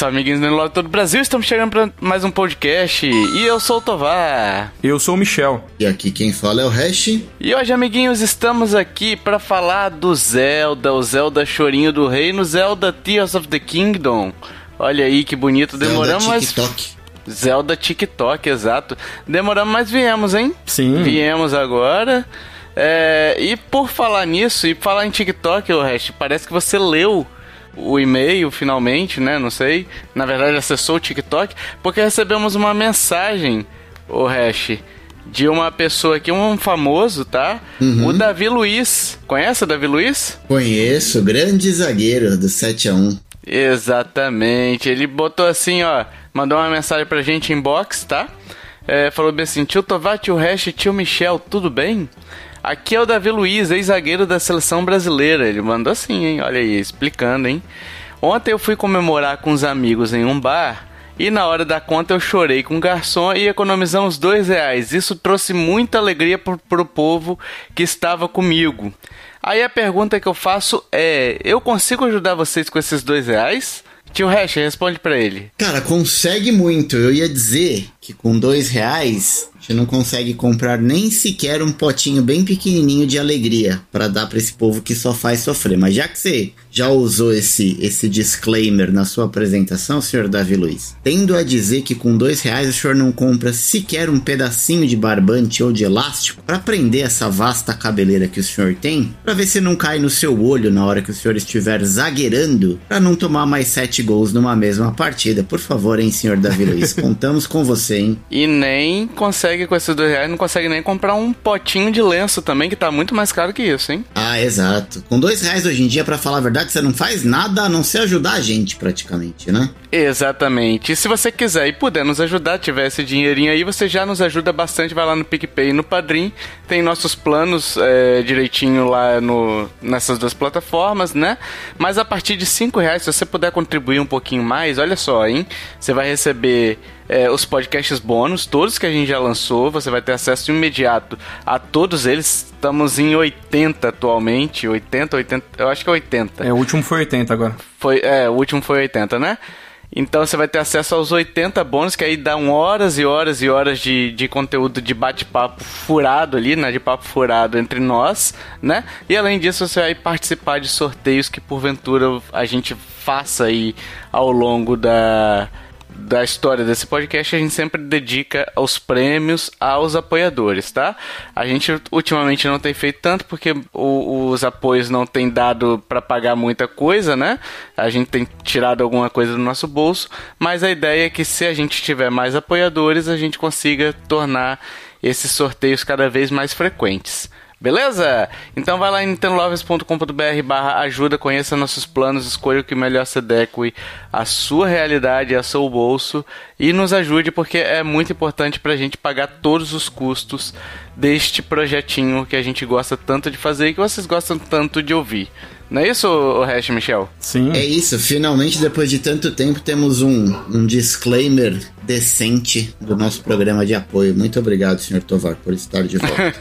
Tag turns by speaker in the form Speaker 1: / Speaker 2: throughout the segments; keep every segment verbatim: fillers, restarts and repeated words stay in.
Speaker 1: salve, amiguinhos do Lore todo o Brasil. Estamos chegando para mais um podcast. E eu sou o Tovar.
Speaker 2: Eu sou o Michel.
Speaker 3: E aqui quem fala é o Hash.
Speaker 1: E hoje, amiguinhos, estamos aqui para falar do Zelda, o Zelda Chorinho do Reino, Zelda Tears of the Kingdom. Olha aí que bonito, demoramos,
Speaker 3: Zelda
Speaker 1: mas...
Speaker 3: TikTok.
Speaker 1: Zelda TikTok, exato. Demoramos, mas viemos, hein?
Speaker 2: Sim.
Speaker 1: Viemos agora. É... E por falar nisso, e falar em TikTok, o Hash, parece que você leu o e-mail finalmente, né? Não sei. Na verdade, acessou o TikTok, porque recebemos uma mensagem, o Hash, de uma pessoa aqui, um famoso, tá? Uhum. O Davi Luiz. Conhece o Davi Luiz?
Speaker 3: Conheço, grande zagueiro do sete a um.
Speaker 1: Exatamente. Ele botou assim, ó, mandou uma mensagem pra gente em inbox, tá? É, falou bem assim: tio Tovar, tio Hash, tio Michel, tudo bem? Aqui é o Davi Luiz, ex-zagueiro da seleção brasileira. Ele mandou assim, hein? Olha aí, explicando, hein? Ontem eu fui comemorar com os amigos em um bar e na hora da conta eu chorei com o garçom e economizamos dois reais. Isso trouxe muita alegria pro, pro povo que estava comigo. Aí a pergunta que eu faço é: eu consigo ajudar vocês com esses dois reais? Tio Hash, responde pra ele.
Speaker 3: Cara, consegue muito. Eu ia dizer que com dois reais a gente não consegue comprar nem sequer um potinho bem pequenininho de alegria pra dar pra esse povo que só faz sofrer. Mas já que você já usou esse, esse disclaimer na sua apresentação, senhor Davi Luiz, tendo a dizer que com dois reais o senhor não compra sequer um pedacinho de barbante ou de elástico pra prender essa vasta cabeleira que o senhor tem, pra ver se não cai no seu olho na hora que o senhor estiver zagueirando, pra não tomar mais sete gols numa mesma partida. Por favor, hein, senhor Davi Luiz, contamos com você, hein?
Speaker 1: E nem consegue, com esses dois reais, não consegue nem comprar um potinho de lenço também, que tá muito mais caro que isso, hein?
Speaker 3: Ah, exato. Com dois reais hoje em dia, pra falar a verdade, você não faz nada a não ser ajudar a gente, praticamente, né?
Speaker 1: Exatamente. E se você quiser e puder nos ajudar, tiver esse dinheirinho aí, você já nos ajuda bastante. Vai lá no PicPay e no Padrim. Tem nossos planos é, direitinho lá no, nessas duas plataformas, né? Mas a partir de cinco reais, se você puder contribuir um pouquinho mais, olha só, hein? Você vai receber é, os podcasts bônus, todos que a gente já lançou. Você vai ter acesso imediato a todos eles. Estamos em oitenta atualmente. oitenta, oitenta, eu acho que é oitenta.
Speaker 2: É, o último foi oitenta agora.
Speaker 1: Foi, é, o último foi oitenta, né? Então você vai ter acesso aos oitenta bônus, que aí dão horas e horas e horas de, de conteúdo de bate-papo furado ali, né? De papo furado entre nós, né? E além disso, você vai participar de sorteios que porventura a gente faça aí ao longo da... da história desse podcast. A gente sempre dedica os prêmios aos apoiadores, tá? A gente ultimamente não tem feito tanto porque o, os apoios não tem dado para pagar muita coisa, né? A gente tem tirado alguma coisa do nosso bolso, mas a ideia é que se a gente tiver mais apoiadores, a gente consiga tornar esses sorteios cada vez mais frequentes. Beleza? Então vai lá em nintendo lovers ponto com ponto b r barra ajuda, conheça nossos planos, escolha o que melhor se adeque à sua realidade, ao seu bolso e nos ajude, porque é muito importante pra gente pagar todos os custos deste projetinho que a gente gosta tanto de fazer e que vocês gostam tanto de ouvir. Não é isso, o Hash, Michel?
Speaker 2: Sim.
Speaker 3: É isso, finalmente depois de tanto tempo temos um, um disclaimer decente do nosso programa de apoio. Muito obrigado, senhor Tovar, por estar de volta.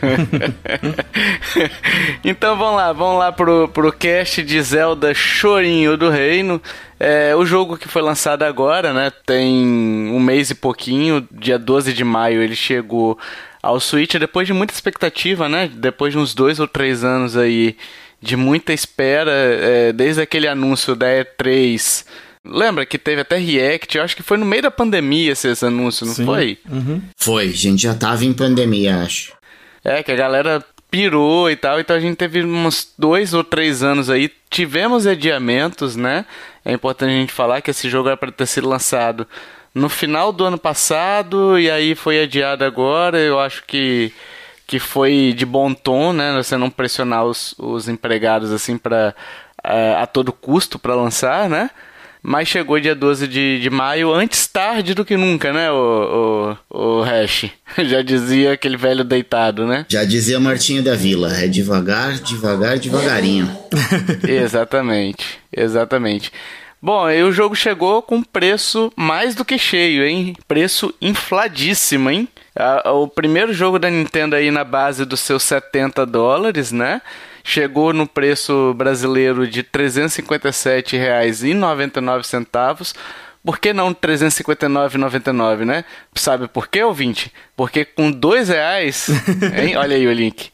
Speaker 1: Então vamos lá, vamos lá pro, pro cast de Zelda Chorinho do Reino. É, o jogo que foi lançado agora, né, tem um mês e pouquinho, dia doze de maio ele chegou ao Switch, depois de muita expectativa, né, depois de uns dois ou três anos aí de muita espera, é, desde aquele anúncio da E três. Lembra que teve até React? Eu acho que foi no meio da pandemia esse anúncio, não Sim. foi?
Speaker 2: Uhum.
Speaker 3: Foi, a gente já tava em pandemia, acho.
Speaker 1: É, que a galera pirou e tal, então a gente teve uns dois ou três anos aí, tivemos adiamentos, né? É importante a gente falar que esse jogo era para ter sido lançado no final do ano passado e aí foi adiado agora. Eu acho que que foi de bom tom, né? Você não pressionar os, os empregados assim para a, a todo custo para lançar, né? Mas chegou dia doze de, de maio, antes tarde do que nunca, né, o, o, o Hash? Já dizia aquele velho deitado, né?
Speaker 3: Já dizia Martinho da Vila, é devagar, devagar, devagarinho.
Speaker 1: Exatamente, exatamente. Bom, e o jogo chegou com preço mais do que cheio, hein? Preço infladíssimo, hein? O primeiro jogo da Nintendo aí na base dos seus setenta dólares, né? Chegou no preço brasileiro de trezentos e cinquenta e sete reais e noventa e nove centavos, por que não trezentos e cinquenta e nove reais e noventa e nove centavos, né? Sabe por quê, ouvinte? Porque com dois reais, hein? Olha aí o link.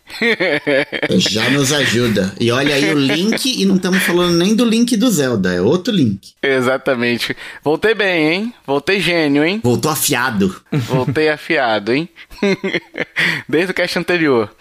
Speaker 3: Já nos ajuda. E olha aí o link, e não estamos falando nem do link do Zelda, é outro link.
Speaker 1: Exatamente. Voltei bem, hein? Voltei gênio, hein?
Speaker 3: Voltou afiado.
Speaker 1: Voltei afiado, hein? Desde o cast anterior.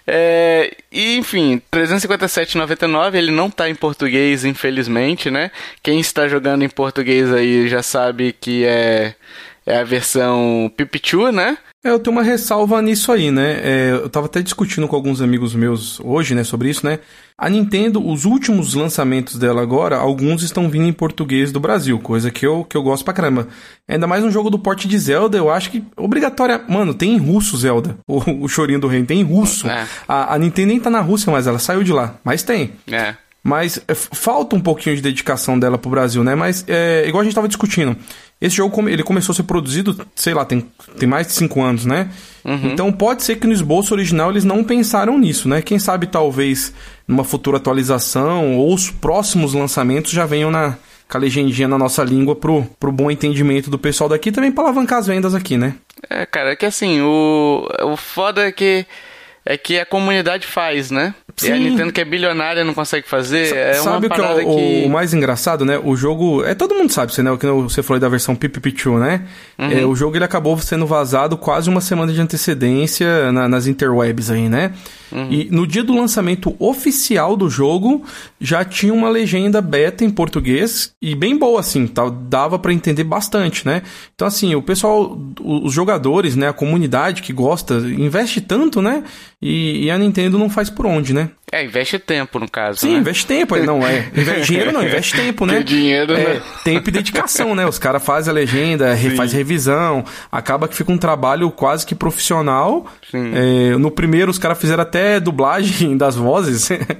Speaker 1: É, e, enfim, trezentos e cinquenta e sete reais e noventa e nove centavos, ele não tá em português, infelizmente, né? Quem está jogando em português aí já sabe que é, é a versão Pipichu, né?
Speaker 2: É, eu tenho uma ressalva nisso aí, né? É, eu tava até discutindo com alguns amigos meus hoje, né, sobre isso, né? A Nintendo, os últimos lançamentos dela agora, alguns estão vindo em português do Brasil, coisa que eu, que eu gosto pra caramba. Ainda mais um jogo do porte de Zelda, eu acho que obrigatória... Mano, tem em russo Zelda, o, o chorinho do reino, tem em russo. É. A, a Nintendo nem tá na Rússia, mas ela saiu de lá, mas tem.
Speaker 1: É.
Speaker 2: Mas é, falta um pouquinho de dedicação dela pro Brasil, né? Mas, é, igual a gente tava discutindo, esse jogo ele começou a ser produzido, sei lá, tem, tem mais de cinco anos, né? Uhum. Então pode ser que no esboço original eles não pensaram nisso, né? Quem sabe talvez numa futura atualização ou os próximos lançamentos já venham na, com a legendinha na nossa língua pro, pro bom entendimento do pessoal daqui, também pra alavancar as vendas aqui, né?
Speaker 1: É, cara, é que assim, o, o foda é que, é que a comunidade faz, né? Sim. E a Nintendo, que é bilionária, não consegue fazer. S- é
Speaker 2: sabe
Speaker 1: uma
Speaker 2: o que é o,
Speaker 1: que...
Speaker 2: o mais engraçado, né? O jogo... É, todo mundo sabe, né? O que você falou da versão Pipichu, né? Uhum. É, o jogo ele acabou sendo vazado quase uma semana de antecedência na, nas interwebs aí, né? Uhum. E no dia do lançamento oficial do jogo, já tinha uma legenda beta em português e bem boa, assim, tá? Dava pra entender bastante, né? Então, assim, o pessoal, os jogadores, né? A comunidade que gosta, investe tanto, né? E, e a Nintendo não faz por onde, né?
Speaker 1: É, investe tempo, no caso,
Speaker 2: Sim,
Speaker 1: né?
Speaker 2: investe tempo. Não, é. Investe dinheiro não, investe tempo, né?
Speaker 1: Tem dinheiro,
Speaker 2: é,
Speaker 1: né?
Speaker 2: Tempo e dedicação, né? Os caras fazem a legenda, Sim. faz revisão, acaba que fica um trabalho quase que profissional.
Speaker 1: Sim.
Speaker 2: É, no primeiro, os caras fizeram até dublagem das vozes. É.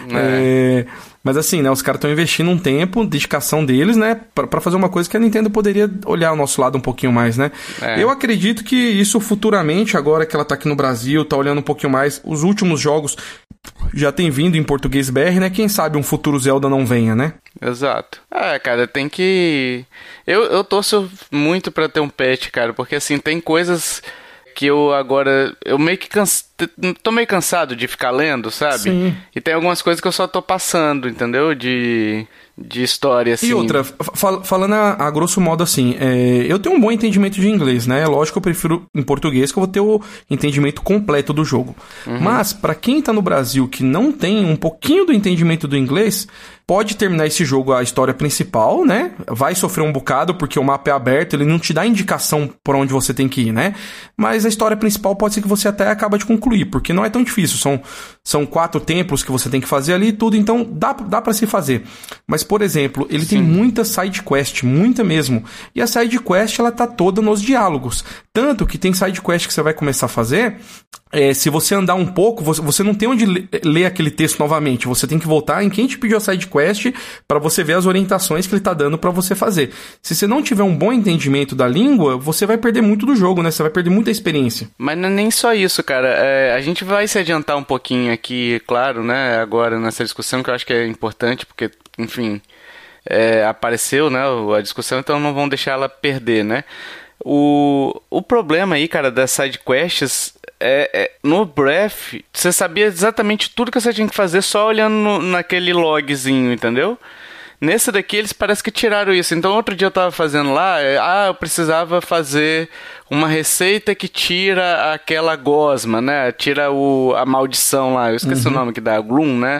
Speaker 2: É, mas assim, né? Os caras estão investindo um tempo, dedicação deles, né? Pra, pra fazer uma coisa que a Nintendo poderia olhar ao nosso lado um pouquinho mais, né? É. Eu acredito que isso futuramente, agora que ela tá aqui no Brasil, tá olhando um pouquinho mais, os últimos jogos já tem vindo em português B R, né? Quem sabe um futuro Zelda não venha, né?
Speaker 1: Exato. Ah, cara, tem que... Eu, eu torço muito pra ter um patch, cara, porque assim, tem coisas que eu agora... Eu meio que canso... tô meio cansado de ficar lendo, sabe?
Speaker 2: Sim.
Speaker 1: E tem algumas coisas que eu só tô passando, entendeu? De... de história, assim.
Speaker 2: E outra, fal- falando a, a grosso modo assim, é, eu tenho um bom entendimento de inglês, né? Lógico que eu prefiro em português, que eu vou ter o entendimento completo do jogo. Uhum. Mas, pra quem tá no Brasil que não tem um pouquinho do entendimento do inglês, pode terminar esse jogo, a história principal, né? Vai sofrer um bocado, porque o mapa é aberto, ele não te dá indicação por onde você tem que ir, né? Mas a história principal pode ser que você até acabe de concluir, porque não é tão difícil. São, são quatro templos que você tem que fazer ali e tudo, então dá, dá pra se fazer. Mas, por exemplo, ele Sim. tem muita side quest, muita mesmo. E a side quest, ela tá toda nos diálogos. Tanto que tem side quest que você vai começar a fazer, é, se você andar um pouco, você, você não tem onde ler, ler aquele texto novamente. Você tem que voltar em quem te pediu a side quest para você ver as orientações que ele tá dando para você fazer. Se você não tiver um bom entendimento da língua, você vai perder muito do jogo, né? Você vai perder muita experiência.
Speaker 1: Mas não é nem só isso, cara. É, a gente vai se adiantar um pouquinho aqui, claro, né? Agora nessa discussão, que eu acho que é importante, porque, enfim... É, apareceu, né, a discussão, então não vão deixar ela perder, né? O, o problema aí, cara, das sidequests é, é no Breath, você sabia exatamente tudo que você tinha que fazer só olhando no, naquele logzinho, entendeu? Nesse daqui eles parece que tiraram isso. Então outro dia eu tava fazendo lá, é, ah, eu precisava fazer uma receita que tira aquela gosma, né? Tira o, a maldição lá, eu esqueci uhum. o nome que dá, Gloom, né?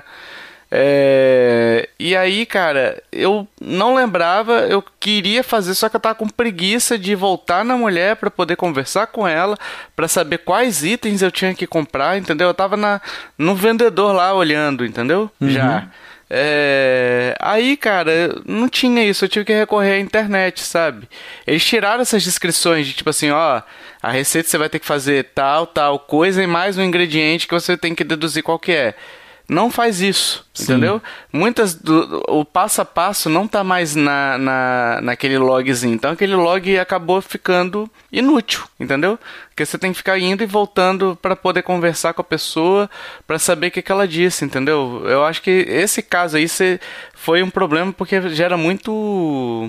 Speaker 1: É... E aí, cara, eu não lembrava, eu queria fazer, só que eu tava com preguiça de voltar na mulher pra poder conversar com ela, pra saber quais itens eu tinha que comprar, entendeu? Eu tava na, no vendedor lá olhando, entendeu? Uhum. Já. É... Aí, cara, não tinha isso, eu tive que recorrer à internet, sabe? Eles tiraram essas descrições de tipo assim, ó, a receita você vai ter que fazer tal, tal coisa e mais um ingrediente que você tem que deduzir qual que é. Não faz isso, Sim. entendeu? Muitas do, o passo a passo não tá mais na, na, naquele logzinho. Então aquele log acabou ficando inútil, entendeu? Porque você tem que ficar indo e voltando para poder conversar com a pessoa, para saber o que, que ela disse, entendeu? Eu acho que esse caso aí cê, foi um problema porque gera muito...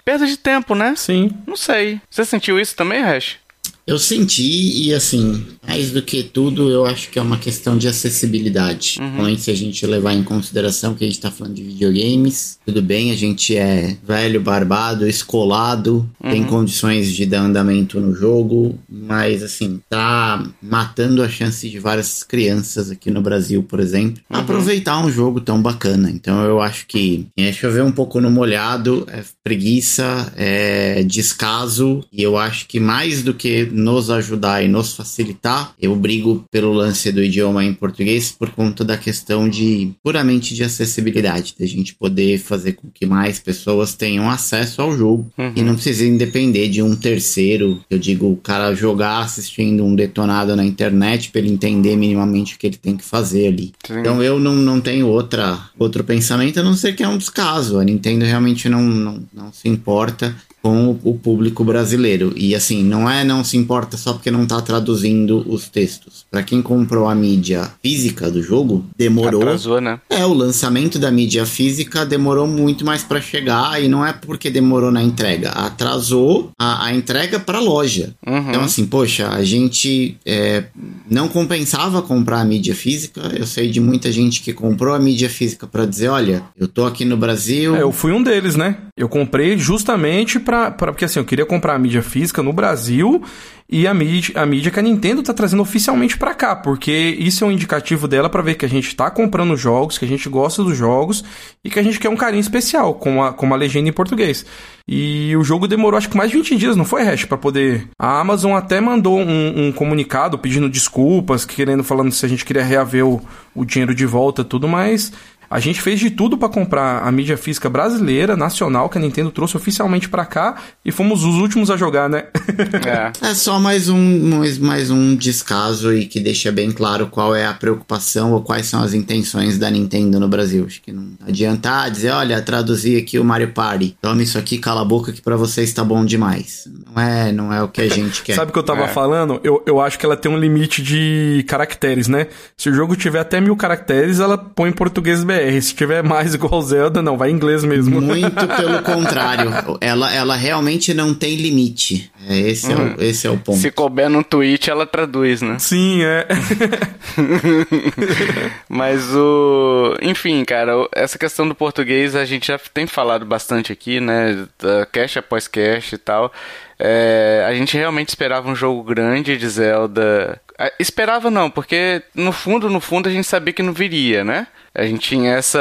Speaker 1: perda de tempo, né?
Speaker 2: Sim.
Speaker 1: Não sei. Você sentiu isso também, Hash?
Speaker 3: Eu senti, e assim, mais do que tudo, eu acho que é uma questão de acessibilidade.
Speaker 1: Uhum.
Speaker 3: Então, se a gente levar em consideração que a gente tá falando de videogames, tudo bem, a gente é velho, barbado, escolado, uhum. tem condições de dar andamento no jogo, mas assim, tá matando a chance de várias crianças aqui no Brasil, por exemplo, uhum. aproveitar um jogo tão bacana. Então eu acho que é chover um pouco no molhado, é preguiça, é descaso, e eu acho que mais do que nos ajudar e nos facilitar, eu brigo pelo lance do idioma em português por conta da questão de puramente de acessibilidade, da gente poder fazer com que mais pessoas tenham acesso ao jogo uhum. e não precisem depender de um terceiro, eu digo, o cara jogar assistindo um detonado na internet para ele entender minimamente o que ele tem que fazer ali. Sim. Então eu não, não tenho outra, outro pensamento, a não ser que é um descaso. A Nintendo realmente não, não, não se importa com o, o público brasileiro. E assim, não é não se importa só porque não tá traduzindo os textos. Pra quem comprou a mídia física do jogo, demorou...
Speaker 1: Atrasou, né?
Speaker 3: É, o lançamento da mídia física demorou muito mais pra chegar, e não é porque demorou na entrega. Atrasou a, a entrega pra loja. Uhum. Então assim, poxa, a gente é, não compensava comprar a mídia física. Eu sei de muita gente que comprou a mídia física pra dizer, olha, eu tô aqui no Brasil...
Speaker 2: É, eu fui um deles, né? Eu comprei justamente pra Pra, pra, porque assim, eu queria comprar a mídia física no Brasil e a mídia, a mídia que a Nintendo tá trazendo oficialmente pra cá, porque isso é um indicativo dela pra ver que a gente tá comprando jogos, que a gente gosta dos jogos e que a gente quer um carinho especial com a, com a legenda em português. E o jogo demorou acho que mais de vinte dias, não foi, Hash? Pra poder... A Amazon até mandou um, um comunicado pedindo desculpas, querendo, falando se a gente queria reaver o, o dinheiro de volta, tudo, mas... A gente fez de tudo para comprar a mídia física brasileira, nacional, que a Nintendo trouxe oficialmente para cá, e fomos os últimos a jogar, né?
Speaker 3: É, é só mais um, mais, mais um descaso e que deixa bem claro qual é a preocupação ou quais são as intenções da Nintendo no Brasil. Acho que não adianta dizer, olha, traduzir aqui o Mario Party. Tome isso aqui, cala a boca que para vocês tá bom demais. Não é, não é o que a gente quer.
Speaker 2: Sabe o que eu tava
Speaker 1: é.
Speaker 2: falando? Eu, eu acho que ela tem um limite de caracteres, né? Se o jogo tiver até mil caracteres, ela põe em português B R. Se tiver mais igual Zelda, não, vai em inglês mesmo.
Speaker 3: Muito pelo contrário. Ela, ela realmente não tem limite. É, esse, uhum. é o, esse é o ponto.
Speaker 1: Se couber no tweet, ela traduz, né?
Speaker 2: Sim, é.
Speaker 1: Mas o... Enfim, cara, essa questão do português a gente já tem falado bastante aqui, né? Cast após cast e tal. É, a gente realmente esperava um jogo grande de Zelda. Esperava não, porque no fundo, no fundo a gente sabia que não viria, né? A gente tinha essa,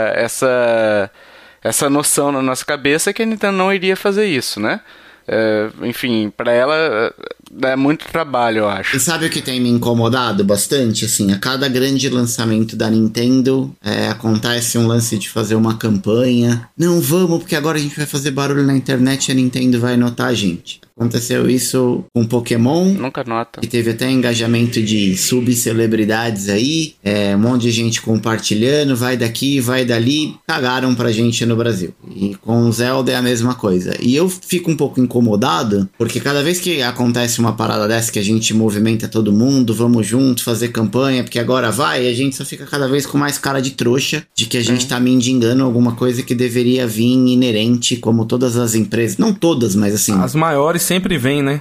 Speaker 1: essa, essa noção na nossa cabeça que a Nintendo não iria fazer isso, né? É, enfim, pra ela é muito trabalho, eu acho.
Speaker 3: E sabe o que tem me incomodado bastante? Assim, a cada grande lançamento da Nintendo, é, acontece um lance de fazer uma campanha. Não, vamos, porque agora a gente vai fazer barulho na internet e a Nintendo vai notar a gente. Aconteceu isso com Pokémon.
Speaker 1: Nunca nota.
Speaker 3: Que teve até engajamento de subcelebridades aí. É, um monte de gente compartilhando. Vai daqui, vai dali. Cagaram pra gente no Brasil. E com Zelda é a mesma coisa. E eu fico um pouco incomodado, porque cada vez que acontece uma parada dessa, que a gente movimenta todo mundo, vamos juntos fazer campanha, porque agora vai, a gente só fica cada vez com mais cara de trouxa, de que a gente tá mendigando alguma coisa que deveria vir inerente, como todas as empresas. Não todas, mas assim...
Speaker 2: As maiores sempre vem, né?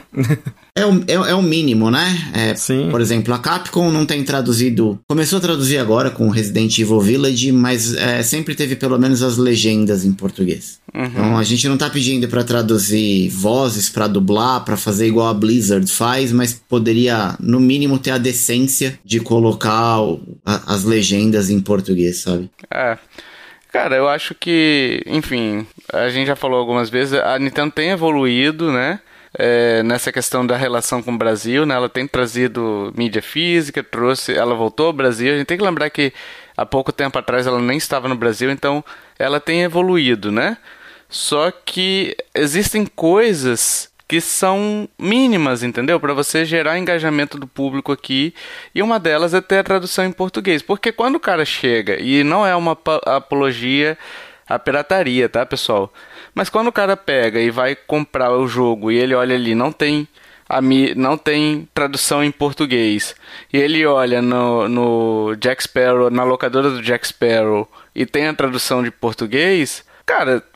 Speaker 3: É o, é, é o mínimo, né? É,
Speaker 2: Sim.
Speaker 3: Por exemplo, a Capcom não tem traduzido... Começou a traduzir agora com Resident Evil Village, mas é, sempre teve pelo menos as legendas em português. Uhum. Então a gente não tá pedindo pra traduzir vozes, pra dublar, pra fazer igual a Blizzard faz, mas poderia, no mínimo, ter a decência de colocar o, a, as legendas em português, sabe?
Speaker 1: É... Cara, eu acho que, enfim, a gente já falou algumas vezes, a Nintendo tem evoluído, né, é, nessa questão da relação com o Brasil, né, ela tem trazido mídia física, trouxe, ela voltou ao Brasil, a gente tem que lembrar que há pouco tempo atrás ela nem estava no Brasil, então ela tem evoluído, né, só que existem coisas que são mínimas, entendeu? Para você gerar engajamento do público aqui. E uma delas é ter a tradução em português. Porque quando o cara chega, e não é uma apologia à pirataria, tá, pessoal? Mas quando o cara pega e vai comprar o jogo e ele olha ali, não tem, a, não tem tradução em português. E ele olha no, no Jack Sparrow, na locadora do Jack Sparrow, e tem a tradução de português... Cara,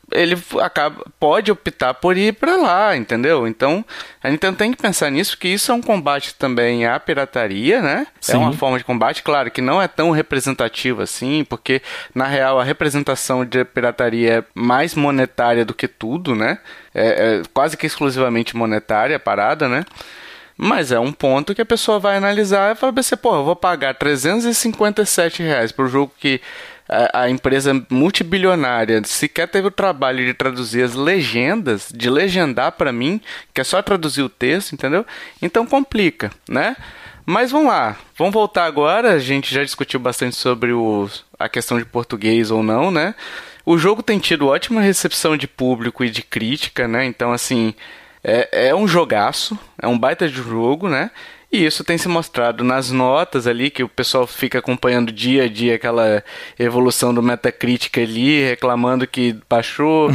Speaker 1: ele acaba, pode optar por ir para lá, entendeu? Então, a Nintendo tem que pensar nisso, porque isso é um combate também à pirataria, né? Sim. É uma forma de combate, claro, que não é tão representativa assim, porque, na real, a representação de pirataria é mais monetária do que tudo, né? É, é quase que exclusivamente monetária a parada, né? Mas é um ponto que a pessoa vai analisar e fala assim, pô, eu vou pagar trezentos e cinquenta e sete reais por um jogo que a, a empresa multibilionária sequer teve o trabalho de traduzir as legendas, de legendar pra mim, que é só traduzir o texto, entendeu? Então complica, né? Mas vamos lá, vamos voltar agora, a gente já discutiu bastante sobre o, a questão de português ou não, né? O jogo tem tido ótima recepção de público e de crítica, né? Então, assim, é, é um jogaço, é um baita de jogo, né? E isso tem se mostrado nas notas ali, que o pessoal fica acompanhando dia a dia aquela evolução do Metacritic ali, reclamando que baixou,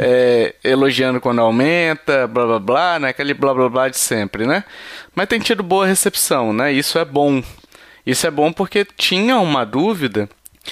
Speaker 1: é, elogiando quando aumenta, blá blá blá, né? Aquele blá blá blá de sempre, né? Mas tem tido boa recepção, né? Isso é bom. Isso é bom porque tinha uma dúvida,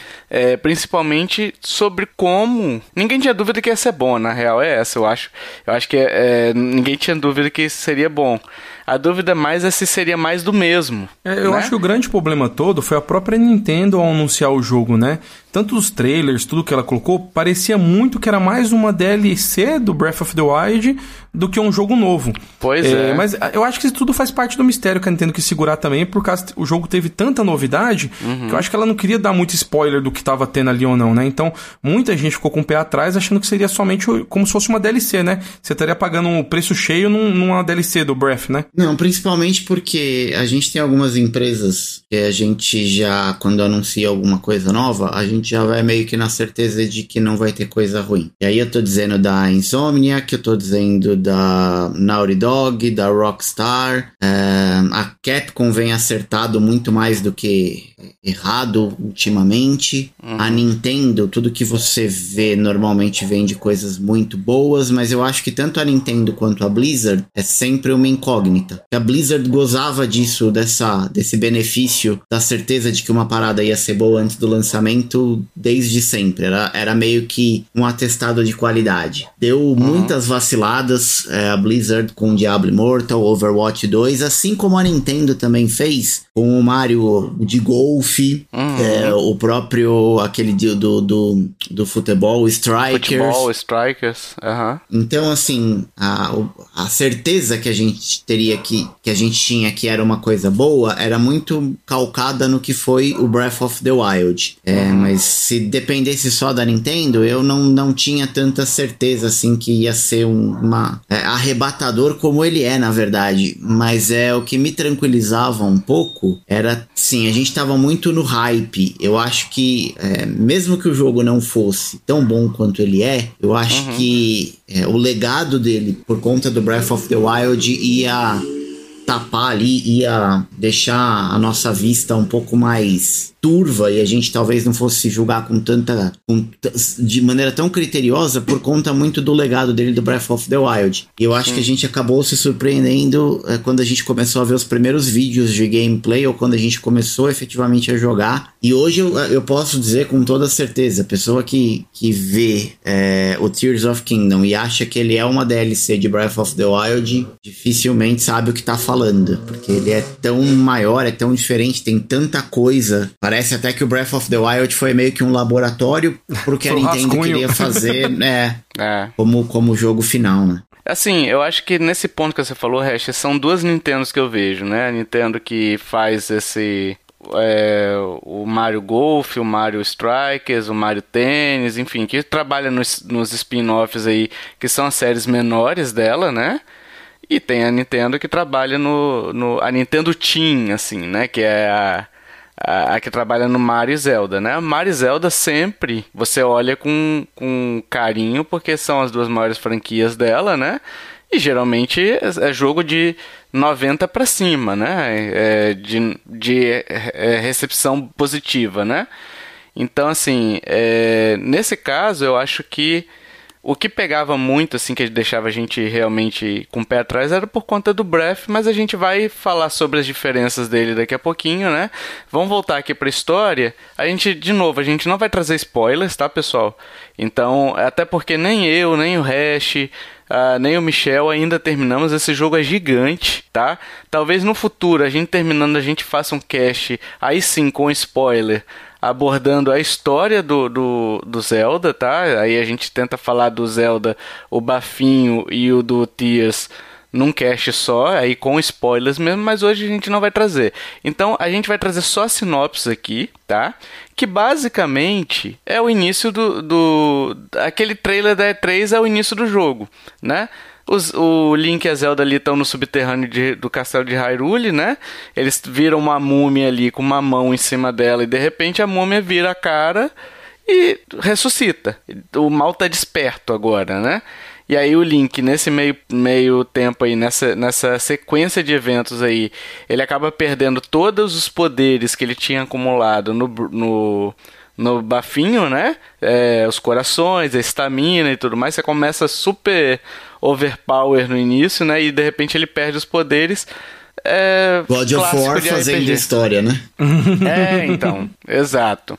Speaker 1: é, principalmente sobre como... Ninguém tinha dúvida que ia ser bom, na real é essa, eu acho. Eu acho que é, ninguém tinha dúvida que isso seria bom. A dúvida mais é se seria mais do mesmo.
Speaker 2: É, eu
Speaker 1: né?
Speaker 2: acho que o grande problema todo foi a própria Nintendo ao anunciar o jogo, né? Tanto os trailers, tudo que ela colocou, parecia muito que era mais uma D L C do Breath of the Wild do que um jogo novo.
Speaker 1: Pois é. é.
Speaker 2: Mas eu acho que isso tudo faz parte do mistério que a Nintendo quis segurar também, por causa que o jogo teve tanta novidade, uhum. que eu acho que ela não queria dar muito spoiler do que tava tendo ali ou não, né? Então, muita gente ficou com o pé atrás achando que seria somente como se fosse uma D L C, né? Você estaria pagando um preço cheio num, numa D L C do Breath, né?
Speaker 3: Não, principalmente porque a gente tem algumas empresas que a gente já, quando anuncia alguma coisa nova, a gente já vai meio que na certeza de que não vai ter coisa ruim. E aí eu tô dizendo da Insomniac, eu tô dizendo da Naughty Dog, da Rockstar, é, a Capcom vem acertado muito mais do que errado ultimamente. Uhum. A Nintendo, tudo que você vê normalmente vem de coisas muito boas, mas eu acho que tanto a Nintendo quanto a Blizzard é sempre uma incógnita. A Blizzard gozava disso, dessa, desse benefício, da certeza de que uma parada ia ser boa antes do lançamento desde sempre. Era, era meio que um atestado de qualidade. Deu uhum. muitas vaciladas, é, a Blizzard com Diablo Immortal, Overwatch dois, assim como a Nintendo também fez com o Mario de golfe, uhum. é, o próprio, aquele do, do, do, do futebol, Strikers.
Speaker 1: Futebol, Strikers, aham. Uhum.
Speaker 3: Então, assim, a, a certeza que a gente teria que, que a gente tinha que era uma coisa boa, era muito calcada no que foi o Breath of the Wild. É, uhum. Mas se dependesse só da Nintendo, eu não, não tinha tanta certeza, assim, que ia ser um, uma, é, arrebatador como ele é, na verdade. Mas é o que me tranquilizava um pouco, era, sim, a gente tava muito no hype. Eu acho que, é, mesmo que o jogo não fosse tão bom quanto ele é, eu acho uhum. que é, o legado dele, por conta do Breath of the Wild, ia tapar ali, ia deixar a nossa vista um pouco mais turva e a gente talvez não fosse julgar com tanta com t- de maneira tão criteriosa por conta muito do legado dele do Breath of the Wild. E eu acho Sim. que a gente acabou se surpreendendo é, quando a gente começou a ver os primeiros vídeos de gameplay ou quando a gente começou efetivamente a jogar. E hoje eu, eu posso dizer com toda certeza, a pessoa que, que vê é, o Tears of Kingdom e acha que ele é uma D L C de Breath of the Wild, dificilmente sabe o que tá falando, porque ele é tão maior, é tão diferente, tem tanta coisa. Parece até que o Breath of the Wild foi meio que um laboratório porque a Nintendo rascunho. queria fazer é, é. Como, como jogo final, né?
Speaker 1: Assim, eu acho que nesse ponto que você falou, Hash, são duas Nintendos que eu vejo, né? A Nintendo que faz esse... É, o Mario Golf, o Mario Strikers, o Mario Tênis, enfim, que trabalha nos, nos spin-offs aí, que são as séries menores dela, né? E tem a Nintendo que trabalha no... no a Nintendo Team, assim, né? Que é a... A, a que trabalha no Mario e Zelda, né? A Mario e Zelda sempre você olha com, com carinho, porque são as duas maiores franquias dela, né? E geralmente é jogo de noventa para cima, né? É, de de é, recepção positiva, né? Então, assim, é, nesse caso, eu acho que O que pegava muito, assim, que deixava a gente realmente com o pé atrás era por conta do Breath, mas a gente vai falar sobre as diferenças dele daqui a pouquinho, né? Vamos voltar aqui pra história. A gente, de novo, a gente não vai trazer spoilers, tá, pessoal? Então, até porque nem eu, nem o Hash, uh, nem o Michel ainda terminamos. Esse jogo é gigante, tá? Talvez no futuro, a gente terminando, a gente faça um cast, aí sim, com spoiler, abordando a história do, do, do Zelda, tá? Aí a gente tenta falar do Zelda, o Bafinho e o do Tears num cast só, aí com spoilers mesmo, mas hoje a gente não vai trazer. Então a gente vai trazer só a sinopse aqui, tá? Que basicamente é o início do... do aquele trailer da E três é o início do jogo, né? Os, o Link e a Zelda ali estão no subterrâneo de, do castelo de Hyrule, né? Eles viram uma múmia ali com uma mão em cima dela e de repente a múmia vira a cara e ressuscita. O mal tá desperto agora, né? E aí o Link, nesse meio, meio tempo aí, nessa, nessa sequência de eventos aí, ele acaba perdendo todos os poderes que ele tinha acumulado no... no no bafinho, né? É, os corações, a estamina e tudo mais. Você começa super overpower no início, né? E de repente ele perde os poderes. É,
Speaker 3: God of War fazendo história, né?
Speaker 1: É, então. Exato.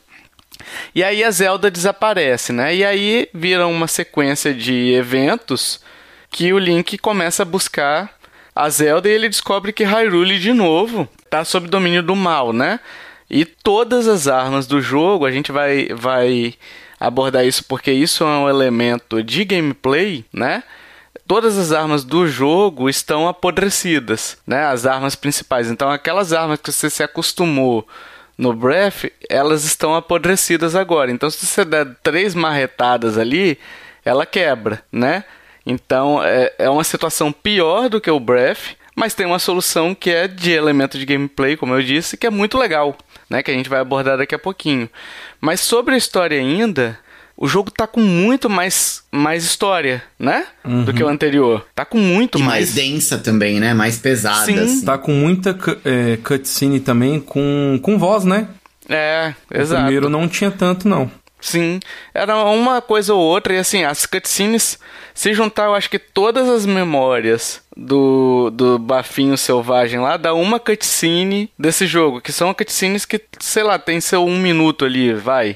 Speaker 1: E aí a Zelda desaparece, né? E aí vira uma sequência de eventos que o Link começa a buscar a Zelda e ele descobre que Hyrule, de novo, tá sob domínio do mal, né? E todas as armas do jogo, a gente vai, vai abordar isso porque isso é um elemento de gameplay, né? Todas as armas do jogo estão apodrecidas, né? As armas principais. Então, aquelas armas que você se acostumou no Breath, elas estão apodrecidas agora. Então, se você der três marretadas ali, ela quebra, né? Então, é, é uma situação pior do que o Breath, mas tem uma solução que é de elemento de gameplay, como eu disse, que é muito legal, né? Que a gente vai abordar daqui a pouquinho. Mas sobre a história ainda, o jogo tá com muito mais, mais história, né? Uhum. Do que o anterior. Tá com muito
Speaker 3: e
Speaker 1: mais...
Speaker 3: mais densa também, né? Mais pesada.
Speaker 2: Sim,
Speaker 3: assim.
Speaker 2: Tá com muita é, cutscene também, com, com voz, né?
Speaker 1: É, exato.
Speaker 2: O primeiro não tinha tanto, não.
Speaker 1: Sim, era uma coisa ou outra, e assim, as cutscenes, se juntar, eu acho que todas as memórias do, do bafinho selvagem lá, dá uma cutscene desse jogo, que são cutscenes que, sei lá, tem seu um minuto ali, vai,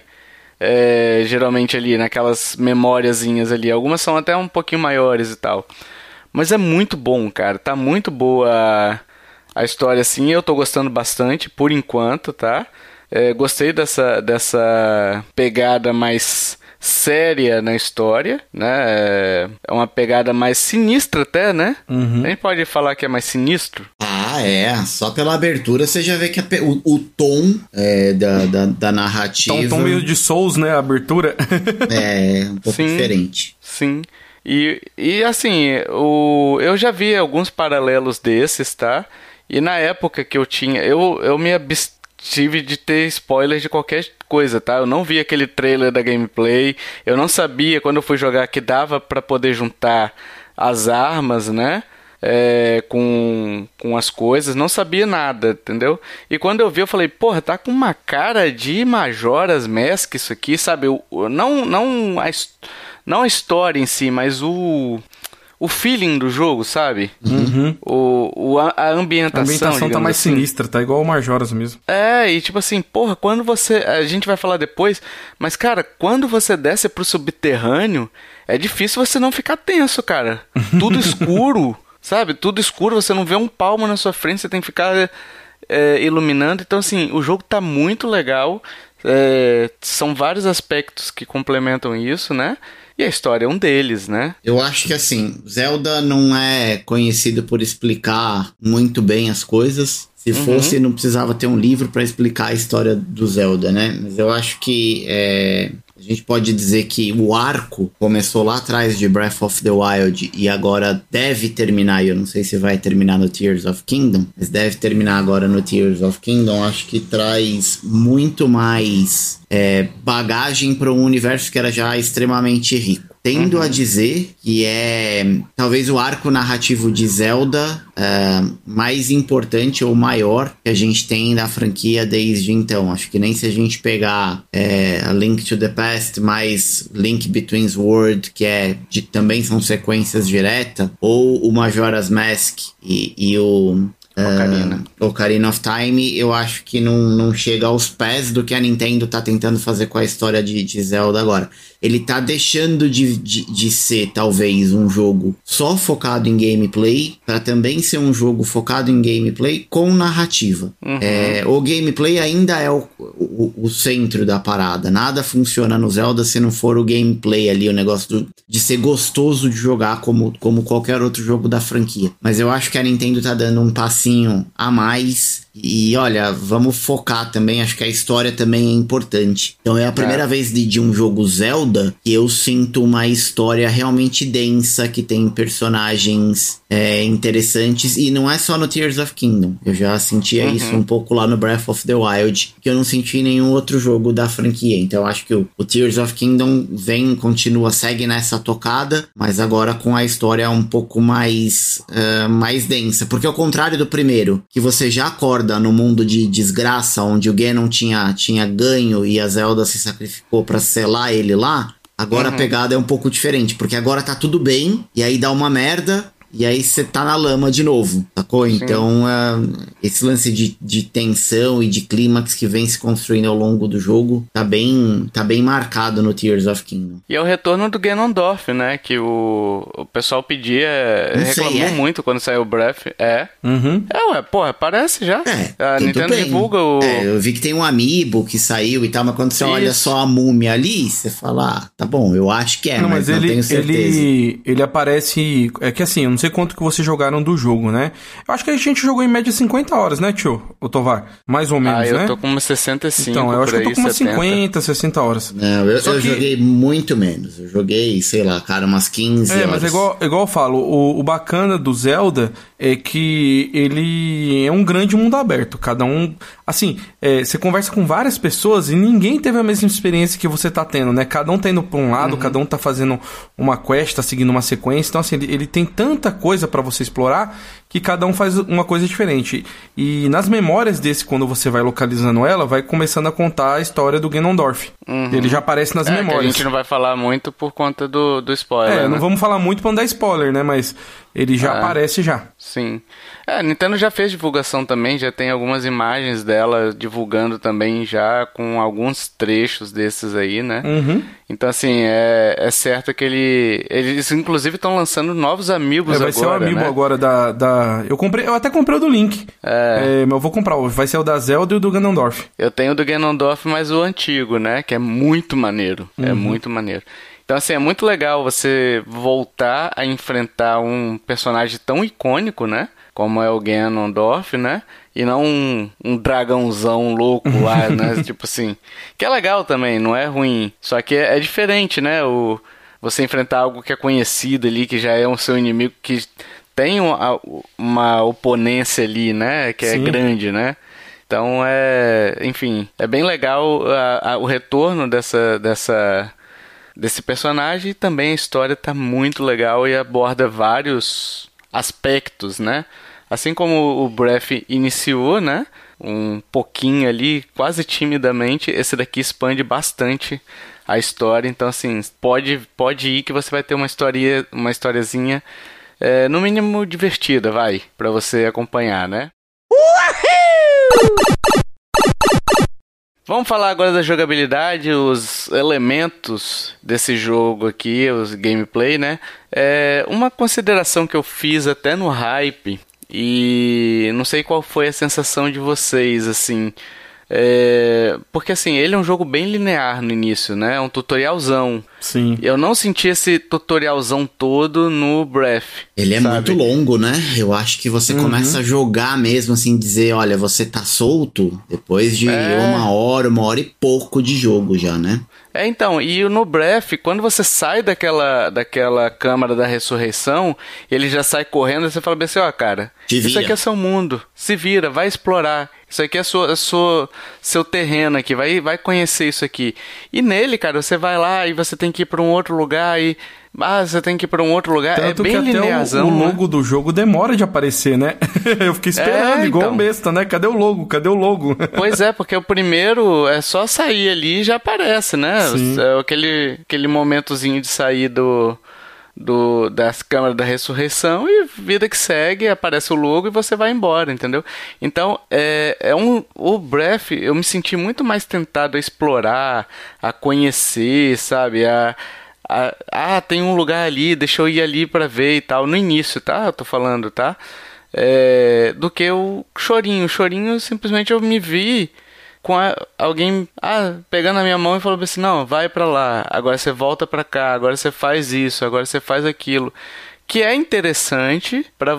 Speaker 1: é, geralmente ali, naquelas memóriazinhas ali, algumas são até um pouquinho maiores e tal, mas é muito bom, cara, tá muito boa a história, assim, eu tô gostando bastante, por enquanto, tá? É, gostei dessa, dessa pegada mais séria na história, né? É uma pegada mais sinistra até, né? Uhum. A gente pode falar que é mais sinistro?
Speaker 3: Ah, é. Só pela abertura você já vê que a, o, o tom é, da, da, da narrativa...
Speaker 2: Tom, tom meio de Souls, né? A abertura.
Speaker 3: É, um pouco sim, diferente.
Speaker 1: Sim. E, e assim, o, eu já vi alguns paralelos desses, tá? E na época que eu tinha... Eu, eu me abstive tive de ter spoilers de qualquer coisa, tá? Eu não vi aquele trailer da gameplay, eu não sabia quando eu fui jogar que dava pra poder juntar as armas, né? É, com, com as coisas, não sabia nada, entendeu? E quando eu vi, eu falei, porra, tá com uma cara de Majora's Mask isso aqui, sabe? Eu, não, não, a, não a história em si, mas o... o feeling do jogo, sabe?
Speaker 2: Uhum.
Speaker 1: O, o, a ambientação,
Speaker 2: A ambientação tá mais
Speaker 1: assim.
Speaker 2: sinistra, tá igual o Majora's mesmo.
Speaker 1: É, e tipo assim, porra, quando você... A gente vai falar depois, mas cara, quando você desce pro subterrâneo, é difícil você não ficar tenso, cara. Tudo escuro, sabe? Tudo escuro, você não vê um palmo na sua frente, você tem que ficar é, iluminando. Então assim, o jogo tá muito legal. É, são vários aspectos que complementam isso, né? E a história é um deles, né?
Speaker 3: Eu acho que assim, Zelda não é conhecido por explicar muito bem as coisas. Se uhum. fosse, não precisava ter um livro para explicar a história do Zelda, né? Mas eu acho que é, a gente pode dizer que o arco começou lá atrás de Breath of the Wild e agora deve terminar, e eu não sei se vai terminar no Tears of Kingdom, mas deve terminar agora no Tears of Kingdom. Acho que traz muito mais é, bagagem para um universo que era já extremamente rico. tendo
Speaker 1: uhum.
Speaker 3: a dizer que é talvez o arco narrativo de Zelda uh, mais importante ou maior que a gente tem da franquia desde então. Acho que nem se a gente pegar é, a Link to the Past mais Link Between Worlds, que é de, também são sequências diretas, ou o Majora's Mask e, e o
Speaker 1: Ocarina.
Speaker 3: Uh, Ocarina of Time, eu acho que não, não chega aos pés do que a Nintendo tá tentando fazer com a história de, de Zelda agora. Ele tá deixando de, de, de ser, talvez, um jogo só focado em gameplay, para também ser um jogo focado em gameplay com narrativa. Uhum. É, o gameplay ainda é o, o, o centro da parada. Nada funciona no Zelda se não for o gameplay ali, o negócio do, de ser gostoso de jogar como, como qualquer outro jogo da franquia. Mas eu acho que a Nintendo tá dando um passinho a mais. E olha, vamos focar também, acho que a história também é importante. Então é a primeira é. vez de, de um jogo Zelda que eu sinto uma história realmente densa, que tem personagens é, interessantes, e não é só no Tears of Kingdom. Eu já sentia uhum. isso um pouco lá no Breath of the Wild, que eu não senti em nenhum outro jogo da franquia. Então acho que o, o Tears of Kingdom vem, continua, segue nessa tocada, mas agora com a história um pouco mais, uh, mais densa. Porque ao contrário do primeiro, que você já acorda no mundo de desgraça, onde o Ganon tinha, tinha ganho e a Zelda se sacrificou pra selar ele lá, agora uhum. a pegada é um pouco diferente, porque agora tá tudo bem, e aí dá uma merda, e aí você tá na lama de novo, sacou? Sim. Então, uh, esse lance de, de tensão e de clímax que vem se construindo ao longo do jogo tá bem, tá bem marcado no Tears of Kingdom.
Speaker 1: E é o retorno do Ganondorf, né? Que o, o pessoal pedia, Não reclamou sei, é? muito quando saiu o Breath. É.
Speaker 2: Uhum.
Speaker 1: É, ué, porra, parece já.
Speaker 3: É,
Speaker 1: a Nintendo bem. divulga o...
Speaker 3: É, eu vi que tem um amiibo que saiu e tal, mas quando você Isso. olha só a múmia ali, você fala, ah, tá bom, eu acho que é, não, mas, mas ele, não tenho certeza.
Speaker 2: Ele, ele aparece... É que assim, eu não sei quanto que vocês jogaram do jogo, né? Eu acho que a gente jogou em média cinquenta horas, né, tio? O Tovar? Mais ou menos,
Speaker 1: ah, eu
Speaker 2: né?
Speaker 1: eu tô com umas sessenta e cinco.
Speaker 2: Então, eu acho que eu tô com umas
Speaker 1: setenta.
Speaker 2: cinquenta, sessenta horas.
Speaker 3: Não, eu, eu
Speaker 2: que...
Speaker 3: joguei muito menos. Eu joguei, sei lá, cara, umas quinze
Speaker 2: é,
Speaker 3: horas.
Speaker 2: É, mas igual, igual eu falo, o, o bacana do Zelda é que ele é um grande mundo aberto. Cada um... Assim, é, você conversa com várias pessoas e ninguém teve a mesma experiência que você tá tendo, né? Cada um tá indo pra um lado, uhum. cada um tá fazendo uma quest, tá seguindo uma sequência. Então, assim, ele, ele tem tanta coisa pra você explorar que cada um faz uma coisa diferente. E nas memórias desse, quando você vai localizando ela, vai começando a contar a história do Ganondorf. Uhum. Ele já aparece nas
Speaker 1: é,
Speaker 2: memórias.
Speaker 1: Que a gente não vai falar muito por conta do, do spoiler,
Speaker 2: É,
Speaker 1: né?
Speaker 2: não vamos falar muito pra não dar spoiler, né? Mas ele já
Speaker 1: é.
Speaker 2: aparece já.
Speaker 1: Sim. É, a Nintendo já fez divulgação também, já tem algumas imagens dela divulgando também já com alguns trechos desses aí, né?
Speaker 2: Uhum.
Speaker 1: Então, assim, é, é certo que ele, eles inclusive estão lançando novos amigos agora,
Speaker 2: é, vai
Speaker 1: agora,
Speaker 2: ser o amiibo
Speaker 1: né?
Speaker 2: agora da, da... Eu comprei, eu até comprei o do Link.
Speaker 1: É.
Speaker 2: É, mas eu vou comprar, vai ser o da Zelda e o do Ganondorf.
Speaker 1: Eu tenho o do Ganondorf, mas o antigo, né? Que é muito maneiro, uhum. é muito maneiro. Então, assim, é muito legal você voltar a enfrentar um personagem tão icônico, né? Como é o Ganondorf, né? E não um, um dragãozão louco lá, né? Tipo assim. Que é legal também, não é ruim. Só que é, é diferente, né? O, você enfrentar algo que é conhecido ali, que já é um seu inimigo, que tem uma, uma oponência ali, né? Que é Sim. grande, né? Então, é... Enfim, é bem legal a, a, o retorno dessa... dessa desse personagem, e também a história tá muito legal e aborda vários aspectos, né? Assim como o Breath iniciou, né? Um pouquinho ali, quase timidamente, esse daqui expande bastante a história. Então, assim, pode, pode ir que você vai ter uma historia, uma historiazinha, é, no mínimo divertida, vai, pra você acompanhar, né? Uhul! Vamos falar agora da jogabilidade, os elementos desse jogo aqui, os gameplay, né? É uma consideração que eu fiz até no hype, e não sei qual foi a sensação de vocês, assim... É, porque assim, ele é um jogo bem linear no início, né? É um tutorialzão.
Speaker 2: Sim.
Speaker 1: Eu não senti esse tutorialzão todo no Breath.
Speaker 3: Ele é
Speaker 1: sabe?
Speaker 3: muito longo, né? Eu acho que você uhum. começa a jogar mesmo, assim, dizer, olha, você tá solto depois de é... uma hora, uma hora e pouco de jogo já, né?
Speaker 1: É, então, e no Breath, quando você sai daquela, daquela câmara da ressurreição, ele já sai correndo e você fala bem assim, ó, cara,
Speaker 3: Te
Speaker 1: isso
Speaker 3: vira.
Speaker 1: aqui é seu mundo, se vira, vai explorar. Isso aqui é, sua, é sua, seu terreno aqui, vai, vai conhecer isso aqui. E nele, cara, você vai lá e você tem que ir pra um outro lugar e... Ah, você tem que ir pra um outro lugar.
Speaker 2: Tanto
Speaker 1: é bem
Speaker 2: que
Speaker 1: linearzão.
Speaker 2: Até o, o logo
Speaker 1: né?
Speaker 2: do jogo demora de aparecer, né? Eu fiquei esperando,
Speaker 1: é,
Speaker 2: igual
Speaker 1: então.
Speaker 2: um besta, né? Cadê o logo? Cadê o logo?
Speaker 1: Pois é, porque o primeiro é só sair ali e já aparece, né?
Speaker 2: Sim.
Speaker 1: É aquele, aquele momentozinho de sair do, do, das câmeras da ressurreição e vida que segue, aparece o logo e você vai embora, entendeu? Então, é, é um, o Breath, eu me senti muito mais tentado a explorar, a conhecer, sabe? A... Ah, ah, tem um lugar ali, deixa eu ir ali pra ver e tal. No início, tá? Eu tô falando, tá? É, do que o chorinho. O chorinho, simplesmente eu me vi com a, alguém ah, pegando a minha mão e falando assim, não, vai pra lá, agora você volta pra cá, agora você faz isso, agora você faz aquilo. Que é interessante pra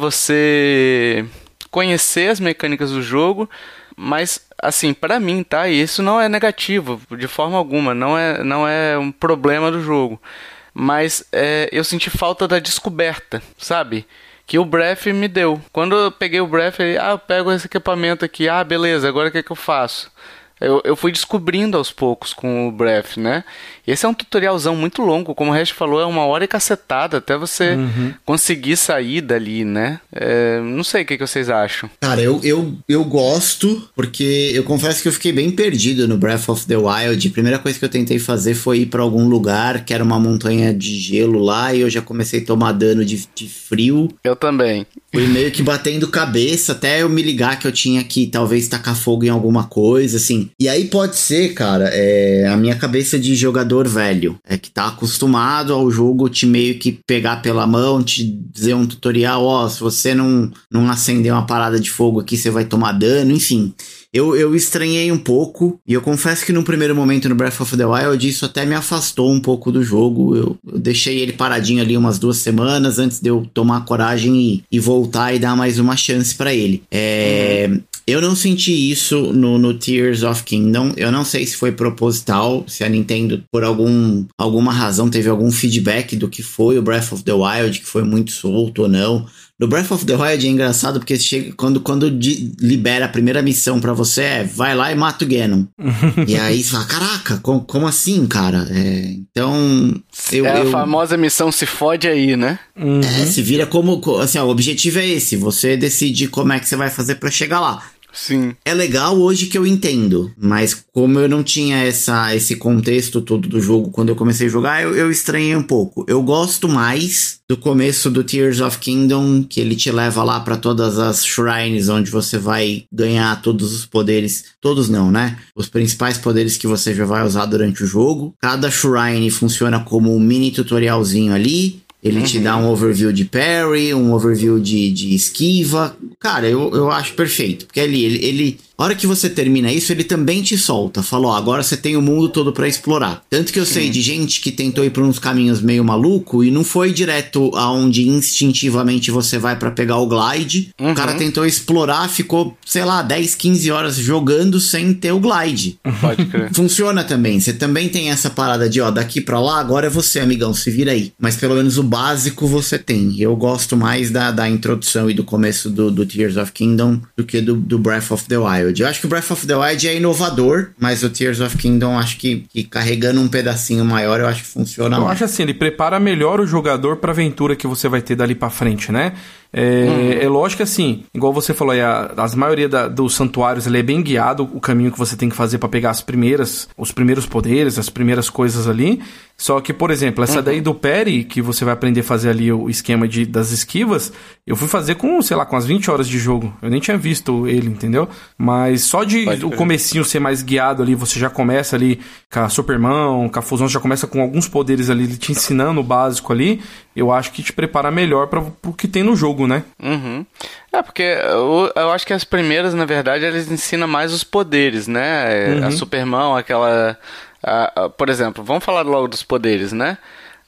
Speaker 1: você conhecer as mecânicas do jogo, mas, assim, pra mim, tá? E isso não é negativo, de forma alguma. Não é, não é um problema do jogo. Mas é, eu senti falta da descoberta, sabe? Que o Breath me deu. Quando eu peguei o Breath, eu, ah, eu pego esse equipamento aqui. Ah, beleza, agora o que é que eu faço? Eu, eu fui descobrindo aos poucos com o Breath, né? Esse é um tutorialzão muito longo, como o Hash falou, é uma hora e cacetada até você uhum. conseguir sair dali, né? É, não sei o que, que vocês acham.
Speaker 3: Cara, eu, eu, eu gosto, porque eu confesso que eu fiquei bem perdido no Breath of the Wild. A primeira coisa que eu tentei fazer foi ir pra algum lugar, que era uma montanha de gelo lá, e eu já comecei a tomar dano de, de frio.
Speaker 1: Eu também.
Speaker 3: Fui meio que batendo cabeça, até eu me ligar que eu tinha que talvez tacar fogo em alguma coisa, assim. E aí pode ser, cara, é, a minha cabeça de jogador velho, é que tá acostumado ao jogo te meio que pegar pela mão, te dizer um tutorial, ó, oh, se você não, não acender uma parada de fogo aqui, você vai tomar dano, enfim. Eu, eu estranhei um pouco, e eu confesso que no primeiro momento no Breath of the Wild, isso até me afastou um pouco do jogo. Eu, eu deixei ele paradinho ali umas duas semanas antes de eu tomar coragem e, e voltar e dar mais uma chance pra ele. É... Uhum. Eu não senti isso no, no Tears of Kingdom. Eu não sei se foi proposital, se a Nintendo, por algum, alguma razão, teve algum feedback do que foi o Breath of the Wild, que foi muito solto ou não. No Breath of the Wild é engraçado porque chega, quando, quando de, libera a primeira missão pra você, é vai lá e mata o Ganon. E aí você fala, caraca, como, como assim, cara? É, então... Eu,
Speaker 1: é a
Speaker 3: eu,
Speaker 1: famosa missão se fode aí, né?
Speaker 3: Uhum. É, se vira como... Assim, ó, o objetivo é esse, você decide como é que você vai fazer pra chegar lá.
Speaker 1: Sim.
Speaker 3: É legal hoje que eu entendo, mas como eu não tinha essa, esse contexto todo do jogo quando eu comecei a jogar, eu, eu estranhei um pouco. Eu gosto mais do começo do Tears of Kingdom, que ele te leva lá pra todas as shrines, onde você vai ganhar todos os poderes, todos não, né? Os principais poderes que você já vai usar durante o jogo. Cada shrine funciona como um mini tutorialzinho ali. Ele uhum. te dá um overview de parry, um overview de, de esquiva. Cara, eu, eu acho perfeito. Porque ali, ele, ele... A hora que você termina isso, ele também te solta. Falou, ó, agora você tem o mundo todo pra explorar. Tanto que eu Sim. sei de gente que tentou ir por uns caminhos meio maluco e não foi direto aonde instintivamente você vai pra pegar o glide. Uhum. O cara tentou explorar, ficou, sei lá, dez, quinze horas jogando sem ter o glide.
Speaker 1: Pode crer.
Speaker 3: Funciona também. Você também tem essa parada de, ó, daqui pra lá, agora é você, amigão, se vira aí. Mas pelo menos o básico você tem. Eu gosto mais da, da introdução e do começo do, do Tears of Kingdom do que do, do Breath of the Wild. Eu acho que o Breath of the Wild é inovador, mas o Tears of Kingdom, acho que, que carregando um pedacinho maior, eu acho que funciona
Speaker 2: eu
Speaker 3: mais.
Speaker 2: Eu acho assim, ele prepara melhor o jogador pra aventura que você vai ter dali pra frente, né? É, hum. é lógico que assim, igual você falou aí, a, a maioria da, dos santuários ele é bem guiado, o caminho que você tem que fazer pra pegar as primeiras, os primeiros poderes, as primeiras coisas ali. Só que, por exemplo, essa uhum. daí do parry, que você vai aprender a fazer ali o esquema de, das esquivas, eu fui fazer com, sei lá, com as vinte horas de jogo. Eu nem tinha visto ele, entendeu? Mas só de Pode o ver. comecinho ser mais guiado ali, você já começa ali com a supermão, com a fusão, você já começa com alguns poderes ali, ele te ensinando o básico ali, eu acho que te prepara melhor para o que tem no jogo, né?
Speaker 1: Uhum. É, porque eu, eu acho que as primeiras, na verdade, eles ensinam mais os poderes, né? Uhum. A supermão, aquela... A, a, por exemplo, vamos falar logo dos poderes, né?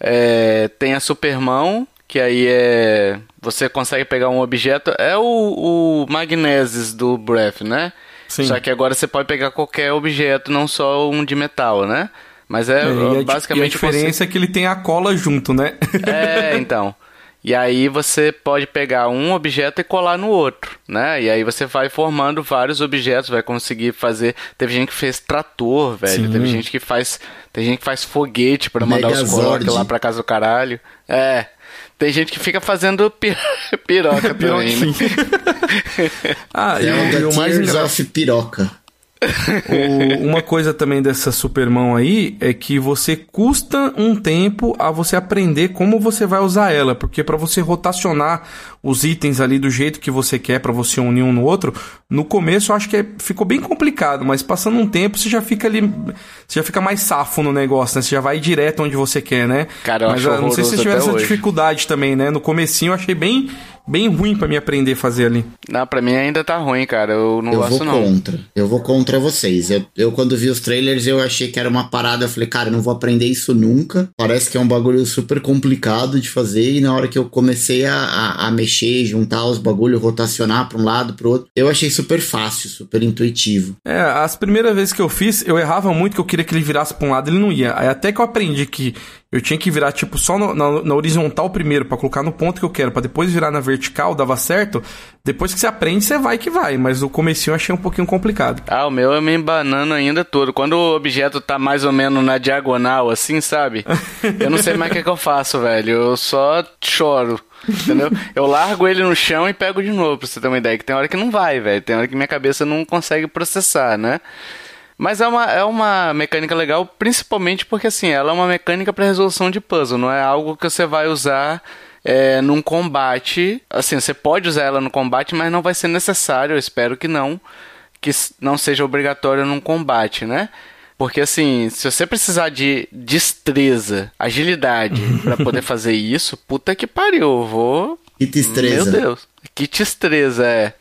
Speaker 1: É, tem a supermão, que aí é... Você consegue pegar um objeto... É o, o Magnesis do Breath, né? Sim. Só que agora você pode pegar qualquer objeto, não só um de metal, né? Mas é, é
Speaker 2: e
Speaker 1: basicamente...
Speaker 2: E a diferença você... é que ele tem a cola junto, né?
Speaker 1: É, então... E aí você pode pegar um objeto e colar no outro, né? E aí você vai formando vários objetos, vai conseguir fazer... Teve gente que fez trator, velho. Sim. Teve gente que faz... Tem gente que faz foguete pra mandar os Korok lá pra casa do caralho. É... Tem gente que fica fazendo pir... piroca também, né?
Speaker 3: Ah, e o mais engraçado... of piroca.
Speaker 2: O, uma coisa também dessa supermão aí é que você custa um tempo a você aprender como você vai usar ela, porque para você rotacionar os itens ali do jeito que você quer, para você unir um no outro, no começo eu acho que é, ficou bem complicado, mas passando um tempo você já fica ali, você já fica mais safo no negócio, né? Você já vai direto onde você quer, né?
Speaker 1: Cara, eu
Speaker 2: mas
Speaker 1: acho
Speaker 2: não sei se você tiver essa
Speaker 1: hoje.
Speaker 2: dificuldade também, né? No comecinho eu achei bem bem ruim pra me aprender a fazer ali.
Speaker 1: Não, pra mim ainda tá ruim, cara. Eu não
Speaker 3: eu
Speaker 1: gosto,
Speaker 3: vou
Speaker 1: não.
Speaker 3: Contra. Eu vou contra vocês. Eu, eu, quando vi os trailers, eu achei que era uma parada. Eu falei, cara, eu não vou aprender isso nunca. Parece que é um bagulho super complicado de fazer. E na hora que eu comecei a, a, a mexer, juntar os bagulhos, rotacionar pra um lado, pro outro, eu achei super fácil, super intuitivo.
Speaker 2: É, as primeiras vezes que eu fiz, eu errava muito, que eu queria que ele virasse pra um lado, ele não ia. Aí até que eu aprendi que eu tinha que virar, tipo, só no, na, na horizontal primeiro, pra colocar no ponto que eu quero, pra depois virar na vertical, dava certo. Depois que você aprende, você vai que vai. Mas o comecinho eu achei um pouquinho complicado.
Speaker 1: Ah, o meu é me embanando ainda todo. Quando o objeto tá mais ou menos na diagonal, assim, sabe? Eu não sei mais o que, que eu faço, velho. Eu só choro. Entendeu? Eu largo ele no chão e pego de novo, pra você ter uma ideia. Que tem hora que não vai, velho. Tem hora que minha cabeça não consegue processar, né? Mas é uma, é uma mecânica legal, principalmente porque, assim, ela é uma mecânica para resolução de puzzle. Não é algo que você vai usar é, num combate. Assim, você pode usar ela no combate, mas não vai ser necessário, eu espero que não. Que não seja obrigatório num combate, né? Porque, assim, se você precisar de destreza, agilidade para poder fazer isso, puta que pariu, eu vou...
Speaker 3: Que destreza.
Speaker 1: Meu Deus, que destreza, é.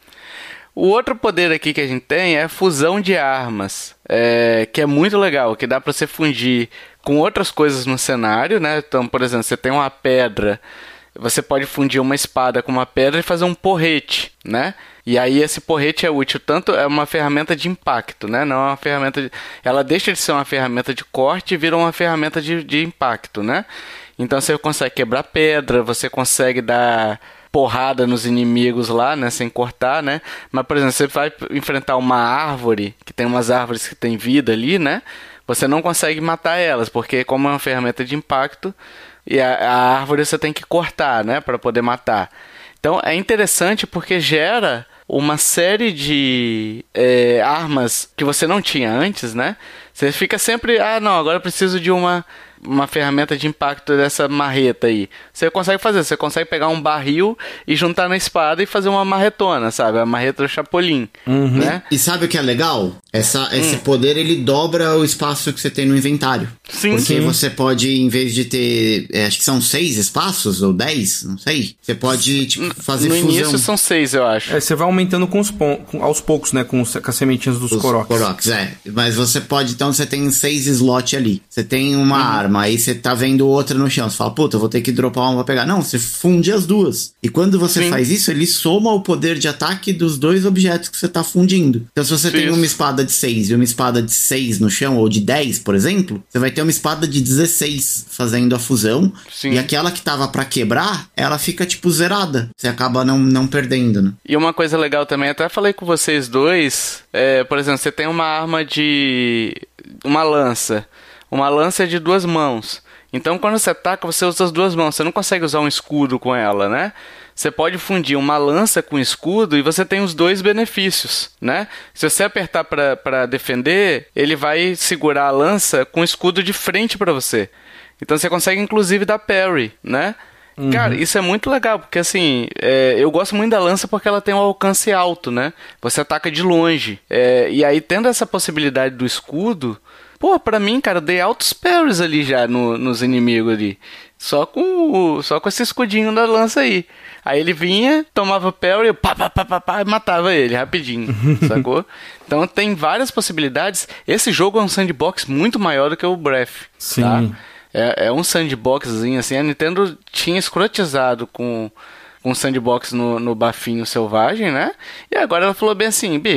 Speaker 1: O outro poder aqui que a gente tem é fusão de armas, é, que é muito legal, que dá pra você fundir com outras coisas no cenário, né? Então, por exemplo, você tem uma pedra, você pode fundir uma espada com uma pedra e fazer um porrete, né? E aí esse porrete é útil, tanto é uma ferramenta de impacto, né? Não é uma ferramenta de... Ela deixa de ser uma ferramenta de corte e vira uma ferramenta de, de impacto, né? Então você consegue quebrar pedra, você consegue dar... porrada nos inimigos lá, né, sem cortar, né, mas, por exemplo, você vai enfrentar uma árvore, que tem umas árvores que tem vida ali, né, você não consegue matar elas, porque como é uma ferramenta de impacto, e a, a árvore você tem que cortar, né, para poder matar. Então, é interessante porque gera uma série de é, armas que você não tinha antes, né, você fica sempre, ah, não, agora eu preciso de uma... uma ferramenta de impacto dessa marreta aí. Você consegue fazer, você consegue pegar um barril e juntar na espada e fazer uma marretona, sabe? A marreta do Chapolin,
Speaker 2: uhum.
Speaker 1: né?
Speaker 3: E, e sabe o que é legal? Essa, esse hum. poder, ele dobra o espaço que você tem no inventário.
Speaker 1: Sim,
Speaker 3: Porque
Speaker 1: sim.
Speaker 3: você pode, em vez de ter, é, acho que são seis espaços, ou dez, não sei. Você pode, tipo, fazer
Speaker 1: no
Speaker 3: fusão.
Speaker 1: No início são seis, eu acho.
Speaker 2: É, você vai aumentando com os pon- com, aos poucos, né? Com, os, com as sementinhas dos Koroks.
Speaker 3: Koroks, é. Mas você pode, então, você tem seis slots ali. Você tem uma uhum. arma, aí você tá vendo outra no chão. Você fala, puta, eu vou ter que dropar uma pra pegar. Não, você funde as duas. E quando você Sim. faz isso, ele soma o poder de ataque dos dois objetos que você tá fundindo. Então, se você Sim. tem uma espada de seis e uma espada de seis no chão, ou de dez, por exemplo, você vai ter uma espada de dezesseis fazendo a fusão. Sim. E aquela que tava pra quebrar, ela fica, tipo, zerada. Você acaba não, não perdendo, né?
Speaker 1: E uma coisa legal também, até falei com vocês dois, é, por exemplo, você tem uma arma de... uma lança. Uma lança é de duas mãos. Então, quando você ataca, você usa as duas mãos. Você não consegue usar um escudo com ela, né? Você pode fundir uma lança com escudo e você tem os dois benefícios, né? Se você apertar para defender, ele vai segurar a lança com o escudo de frente para você. Então, você consegue, inclusive, dar parry, né? Uhum. Cara, isso é muito legal, porque assim, é, eu gosto muito da lança porque ela tem um alcance alto, né? Você ataca de longe. É, e aí, tendo essa possibilidade do escudo... Pô, pra mim, cara, eu dei altos parries ali já no, nos inimigos ali. Só com, o, só com esse escudinho da lança aí. Aí ele vinha, tomava parry, pá, pá, pá, pá, pá, e matava ele rapidinho, sacou? Então tem várias possibilidades. Esse jogo é um sandbox muito maior do que o Breath.
Speaker 2: Sim.
Speaker 1: Tá? É, é um sandboxzinho assim. A Nintendo tinha escrotizado com, com sandbox no, no bafinho selvagem, né? E agora ela falou bem assim, bicho...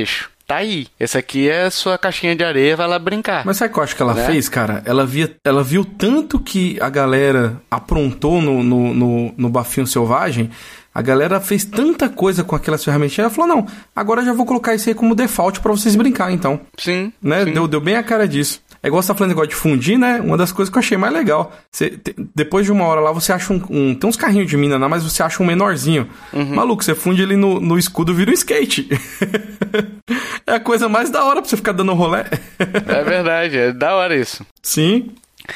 Speaker 1: tá aí. Esse aqui é a sua caixinha de areia, vai lá brincar.
Speaker 2: Mas sabe o que eu acho que ela
Speaker 1: né?
Speaker 2: fez, cara? Ela, via, ela viu tanto que a galera aprontou no, no, no, no Bafinho Selvagem, a galera fez tanta coisa com aquelas ferramentas, ela falou, não, agora eu já vou colocar isso aí como default pra vocês brincar, então.
Speaker 1: Sim.
Speaker 2: Né?
Speaker 1: sim.
Speaker 2: Deu, deu bem a cara disso. É igual você tá falando negócio de fundir, né? Uma das coisas que eu achei mais legal. Você, te, depois de uma hora lá, você acha um, um... Tem uns carrinhos de mina lá, mas você acha um menorzinho. Uhum. Maluco, você funde ele no, no escudo, vira um skate. É a coisa mais da hora pra você ficar dando rolê.
Speaker 1: É verdade, é da hora isso.
Speaker 2: Sim.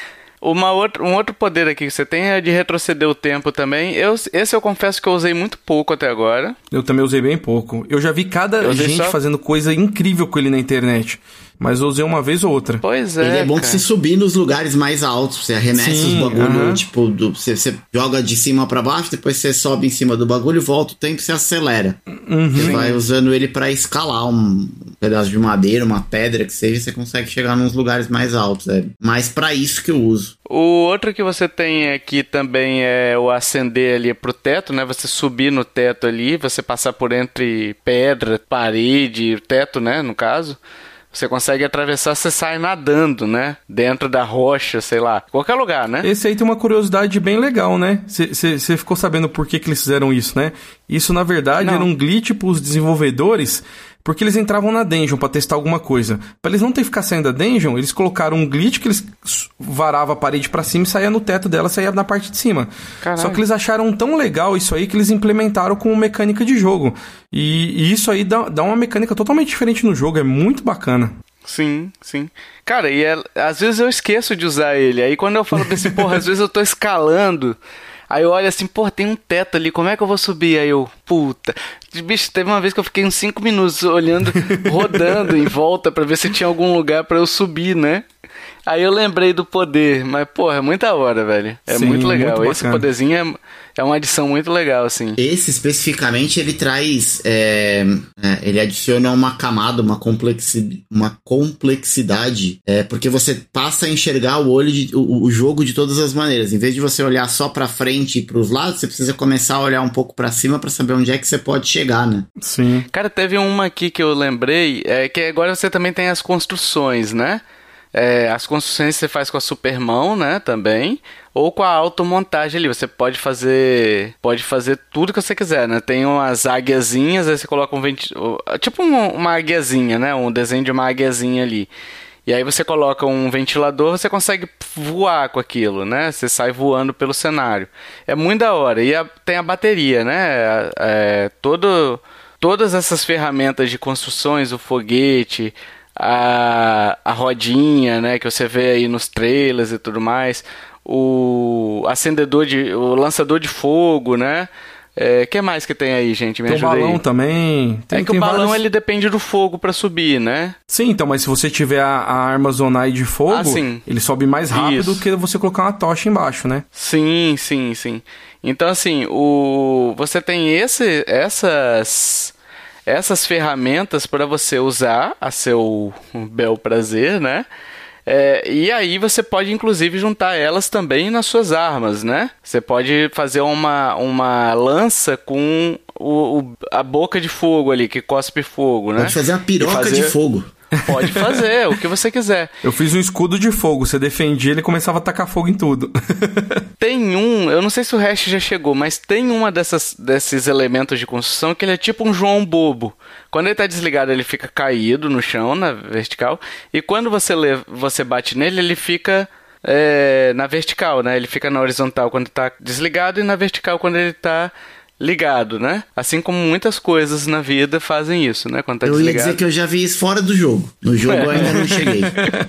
Speaker 1: Uma outra, um outro poder aqui que você tem é de retroceder o tempo também. Eu, esse eu confesso que eu usei muito pouco até agora.
Speaker 2: Eu também usei bem pouco. Eu já vi cada gente só... fazendo coisa incrível com ele na internet. Mas eu usei uma vez ou outra.
Speaker 1: Pois é,
Speaker 3: Ele é bom
Speaker 1: cara.
Speaker 3: que você subir nos lugares mais altos. Você arremessa
Speaker 2: Sim,
Speaker 3: os bagulho,
Speaker 2: uh-huh.
Speaker 3: tipo, do, você, você joga de cima pra baixo, depois você sobe em cima do bagulho, volta o tempo e você acelera.
Speaker 2: Uhum.
Speaker 3: Você vai usando ele pra escalar um pedaço de madeira, uma pedra, que seja, você consegue chegar nos lugares mais altos. É mais pra isso que eu uso.
Speaker 1: O outro que você tem aqui também é o acender ali pro teto, né? Você subir no teto ali, você passar por entre pedra, parede, teto, né? No caso. Você consegue atravessar, você sai nadando, né? Dentro da rocha, sei lá. Qualquer lugar, né?
Speaker 2: Esse aí tem uma curiosidade bem legal, né? Você ficou sabendo por que, que eles fizeram isso, né? Isso, na verdade,
Speaker 1: Não.
Speaker 2: era um glitch pros desenvolvedores, porque eles entravam na dungeon pra testar alguma coisa. Pra eles não ter que ficar saindo da dungeon, eles colocaram um glitch que eles varavam a parede pra cima e saía no teto dela, saía na parte de cima.
Speaker 1: Caralho.
Speaker 2: Só que eles acharam tão legal isso aí que eles implementaram como mecânica de jogo. E, e isso aí dá, dá uma mecânica totalmente diferente no jogo, é muito bacana.
Speaker 1: Sim, sim. Cara, e é, às vezes eu esqueço de usar ele. Aí quando eu falo desse, porra, às vezes eu tô escalando... Aí eu olho assim, pô, tem um teto ali, como é que eu vou subir? Aí eu, puta... Bicho, teve uma vez que eu fiquei uns cinco minutos olhando, rodando em volta pra ver se tinha algum lugar pra eu subir, né? Aí eu lembrei do poder, mas, porra, é muita hora, velho. É
Speaker 2: Sim,
Speaker 1: muito legal.
Speaker 2: muito
Speaker 1: Esse poderzinho é, é uma adição muito legal, assim.
Speaker 3: Esse, especificamente, ele traz... É, é, ele adiciona uma camada, uma, complexi, uma complexidade, é, porque você passa a enxergar o olho, de, o, o jogo de todas as maneiras. Em vez de você olhar só pra frente e pros lados, você precisa começar a olhar um pouco pra cima pra saber onde é que você pode chegar, né?
Speaker 2: Sim.
Speaker 1: Cara, teve uma aqui que eu lembrei, é que agora você também tem as construções, né? É, as construções você faz com a supermão, né, também, ou com a automontagem ali, você pode fazer pode fazer tudo que você quiser, né, tem umas águiazinhas, aí você coloca um ventilador, tipo um, uma águiazinha, né, um desenho de uma águiazinha ali, e aí você coloca um ventilador, você consegue voar com aquilo, né, você sai voando pelo cenário, é muito da hora, e a, tem a bateria, né, é, todo, todas essas ferramentas de construções, o foguete, A, a rodinha, né, que você vê aí nos trailers e tudo mais, o acendedor de, o lançador de fogo, né, é, que mais que tem aí, gente, me
Speaker 2: tem
Speaker 1: ajuda aí.
Speaker 2: Tem o balão também. Tem,
Speaker 1: é que
Speaker 2: tem
Speaker 1: o balão,
Speaker 2: vários...
Speaker 1: ele depende do fogo pra subir, né?
Speaker 2: Sim, então, mas se você tiver a, a arma Zonai de fogo,
Speaker 1: ah, sim.
Speaker 2: ele sobe mais rápido
Speaker 1: Isso.
Speaker 2: do que você colocar uma tocha embaixo, né?
Speaker 1: Sim, sim, sim. Então, assim, o você tem esse, essas... essas ferramentas para você usar a seu bel prazer, né? É, e aí você pode inclusive juntar elas também nas suas armas, né? Você pode fazer uma, uma lança com o, o, a boca de fogo ali, que cospe fogo, né?
Speaker 3: Pode fazer uma piroca
Speaker 1: fazer...
Speaker 3: de fogo.
Speaker 1: Pode fazer, o que você quiser.
Speaker 2: Eu fiz um escudo de fogo, você defendia, ele começava a tacar fogo em tudo.
Speaker 1: Tem um, eu não sei se o resto já chegou, mas tem uma dessas, desses elementos de construção que ele é tipo um João Bobo. Quando ele tá desligado, ele fica caído no chão, na vertical, e quando você, le- você bate nele, ele fica é, na vertical, né? Ele fica na horizontal quando tá desligado e na vertical quando ele tá ligado, né? Assim como muitas coisas na vida fazem isso, né? Quando tá
Speaker 3: eu
Speaker 1: desligado.
Speaker 3: ia dizer que eu já vi isso fora do jogo. No jogo eu ainda não cheguei.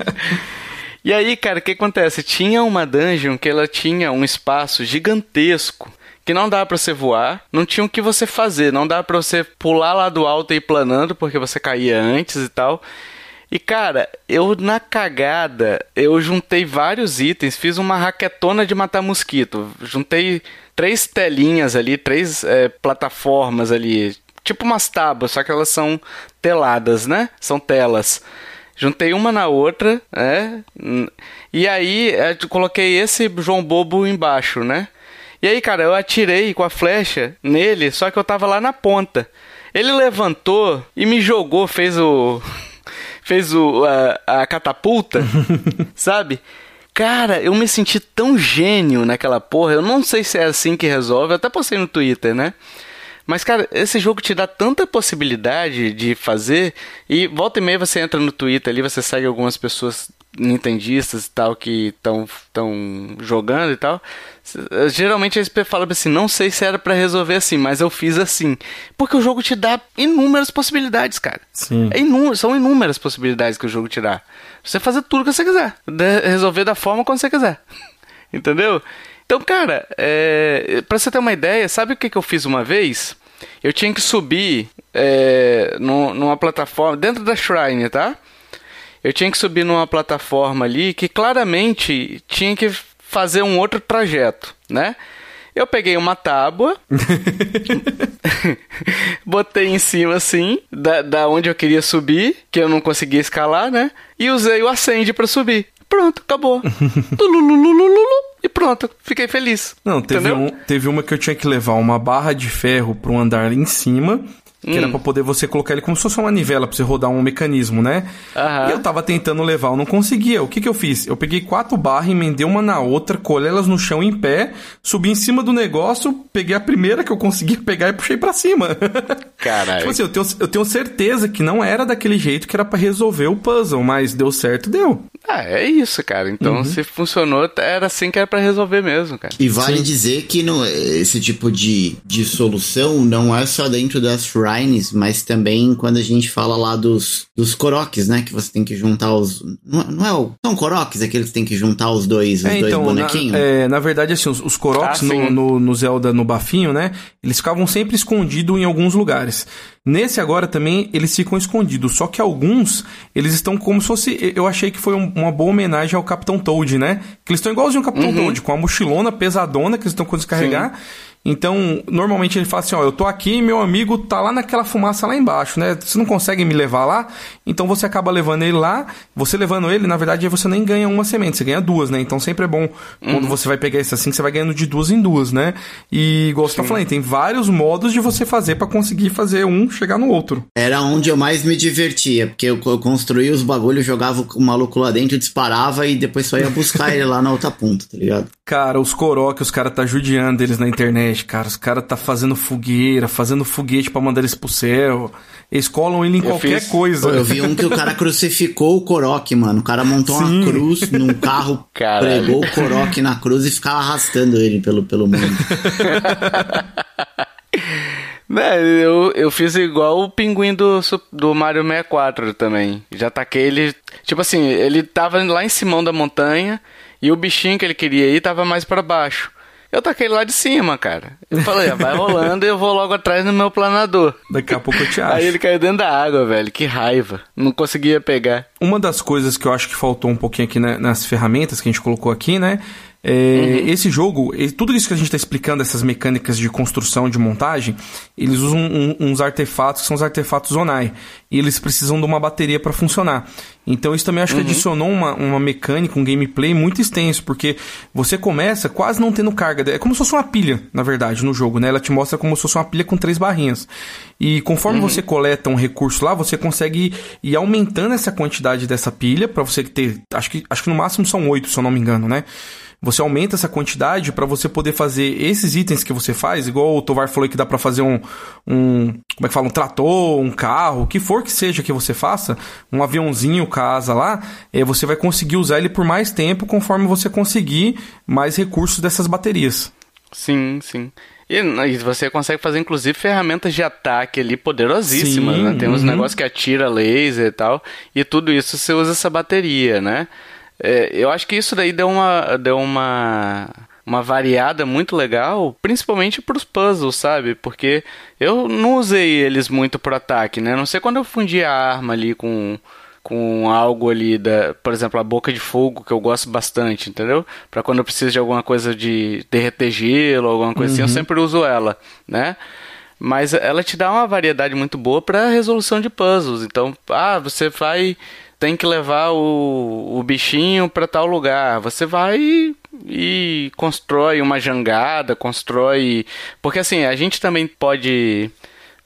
Speaker 1: E aí, cara, o que acontece? Tinha uma dungeon que ela tinha um espaço gigantesco que não dá pra você voar, não tinha o que você fazer, não dá pra você pular lá do alto e ir planando, porque você caía antes e tal. E, cara, eu na cagada, eu juntei vários itens, fiz uma raquetona de matar mosquito, juntei três telinhas ali, três é, plataformas ali, tipo umas tábuas, só que elas são teladas, né? São telas. Juntei uma na outra, né? E aí eu coloquei esse João Bobo embaixo, né? E aí, cara, eu atirei com a flecha nele, só que eu tava lá na ponta. Ele levantou e me jogou, fez o... fez o, a, a catapulta, sabe? Cara, eu me senti tão gênio naquela porra. Eu não sei se é assim que resolve. Eu até postei no Twitter, né? Mas, cara, esse jogo te dá tanta possibilidade de fazer. E volta e meia você entra no Twitter ali, você segue algumas pessoas nintendistas e tal que estão jogando e tal. Geralmente eles falam assim, não sei se era pra resolver assim, mas eu fiz assim. Porque o jogo te dá inúmeras possibilidades, cara.
Speaker 2: Sim.
Speaker 1: É inú- são inúmeras possibilidades que o jogo te dá. Você fazer tudo que você quiser. De- resolver da forma como você quiser. Entendeu? Então, cara, é, pra você ter uma ideia, sabe o que, que eu fiz uma vez? Eu tinha que subir é, no, numa plataforma, dentro da Shrine, tá? Eu tinha que subir numa plataforma ali que claramente tinha que fazer um outro trajeto, né? Eu peguei uma tábua, botei em cima assim, da, da onde eu queria subir, que eu não conseguia escalar, né? E usei o Ascend pra subir. Pronto, acabou. E pronto, fiquei feliz.
Speaker 2: Não, teve, um, teve uma que eu tinha que levar uma barra de ferro para um andar em cima, que hum. era pra poder você colocar ele como se fosse uma manivela, pra você rodar um mecanismo, né?
Speaker 1: Aham.
Speaker 2: E eu tava tentando levar, eu não conseguia. O que que eu fiz? Eu peguei quatro barras, emendei uma na outra, colei elas no chão em pé, subi em cima do negócio, peguei a primeira que eu conseguia pegar e puxei pra cima.
Speaker 1: Caralho.
Speaker 2: Tipo assim, eu tenho, eu tenho certeza que não era daquele jeito que era pra resolver o puzzle, mas deu certo, deu.
Speaker 1: Ah, é isso, cara. Então, uhum. se funcionou, era assim que era pra resolver mesmo, cara.
Speaker 3: E vale
Speaker 2: Sim.
Speaker 3: dizer que no, esse tipo de, de solução não é só dentro das shrines, mas também quando a gente fala lá dos, dos koroks, né? Que você tem que juntar os... Não, não é o... São koroks, aqueles que tem que juntar os dois, os
Speaker 2: é,
Speaker 3: dois
Speaker 2: então,
Speaker 3: bonequinhos?
Speaker 2: Na, é, na verdade, assim, os, os koroks
Speaker 1: ah,
Speaker 2: no, no, no Zelda, no bafinho, né? Eles ficavam sempre escondidos em alguns lugares. Nesse agora também, eles ficam escondidos. Só que alguns, eles estão como se fosse... Eu achei que foi um, uma boa homenagem ao Capitão Toad, né? Que eles estão igualzinho ao Capitão uhum. Toad, com a mochilona pesadona que eles estão conseguindo carregar. Sim. Então, normalmente ele fala assim, ó, eu tô aqui e meu amigo tá lá naquela fumaça lá embaixo, né? Você não consegue me levar lá, então você acaba levando ele lá. Você levando ele, na verdade, você nem ganha uma semente, você ganha duas, né? Então sempre é bom uhum. quando você vai pegar isso assim, que você vai ganhando de duas em duas, né? E igual você Sim. tá falando, tem vários modos de você fazer pra conseguir fazer um chegar no outro.
Speaker 3: Era onde eu mais me divertia, porque eu, eu construía os bagulhos, jogava o maluco lá dentro, disparava e depois só ia buscar ele lá na outra ponta, tá ligado?
Speaker 2: Cara, os Korok, os caras tá judiando eles na internet, cara. Os caras tá fazendo fogueira, fazendo foguete pra mandar eles pro céu. Eles colam ele em eu qualquer fiz... coisa.
Speaker 3: Pô, eu vi um que o cara crucificou o Korok, mano. O cara montou Sim. uma cruz num carro, Caralho. pregou o Korok na cruz e ficava arrastando ele pelo, pelo mundo.
Speaker 1: Né, eu, eu fiz igual o pinguim do, do Mario sessenta e quatro também. Já taquei ele... Tipo assim, ele tava lá em cima da montanha e o bichinho que ele queria ir tava mais pra baixo. Eu taquei lá de cima, cara. Eu falei, vai rolando e eu vou logo atrás no meu planador.
Speaker 2: Daqui a pouco eu te acho.
Speaker 1: Aí ele caiu dentro da água, velho. Que raiva. Não conseguia pegar.
Speaker 2: Uma das coisas que eu acho que faltou um pouquinho aqui né, nas ferramentas que a gente colocou aqui, né? É, uhum. Esse jogo, tudo isso que a gente está explicando, essas mecânicas de construção, de montagem, eles usam um, uns artefatos que são os artefatos Zonai. E eles precisam de uma bateria para funcionar. Então isso também acho uhum. que adicionou uma, uma mecânica, um gameplay muito extenso, porque você começa quase não tendo carga. É como se fosse uma pilha, na verdade, no jogo, né? Ela te mostra como se fosse uma pilha com três barrinhas. E conforme uhum. você coleta um recurso lá, você consegue ir aumentando essa quantidade dessa pilha para você ter... Acho que, acho que no máximo são oito, se eu não me engano, né? Você aumenta essa quantidade para você poder fazer esses itens que você faz, igual o Tovar falou que dá para fazer um, um, como é que fala, um trator, um carro, o que for que seja que você faça, um aviãozinho, casa lá, é, você vai conseguir usar ele por mais tempo conforme você conseguir mais recursos dessas baterias.
Speaker 1: Sim, sim. E, e você consegue fazer, inclusive, ferramentas de ataque ali poderosíssimas, sim, né? Tem uns uhum. negócios que atira laser e tal, e tudo isso você usa essa bateria, né? É, eu acho que isso daí deu uma, deu uma, uma variada muito legal, principalmente para os puzzles, sabe? Porque eu não usei eles muito pro ataque, né? A não sei quando eu fundi a arma ali com, com algo ali, da, por exemplo, a boca de fogo, que eu gosto bastante, entendeu? Para quando eu preciso de alguma coisa de derreter gelo, alguma coisa uhum. assim, eu sempre uso ela, né? Mas ela te dá uma variedade muito boa para resolução de puzzles. Então, ah, você vai... tem que levar o, o bichinho para tal lugar. Você vai e, e constrói uma jangada, constrói... Porque assim, a gente também pode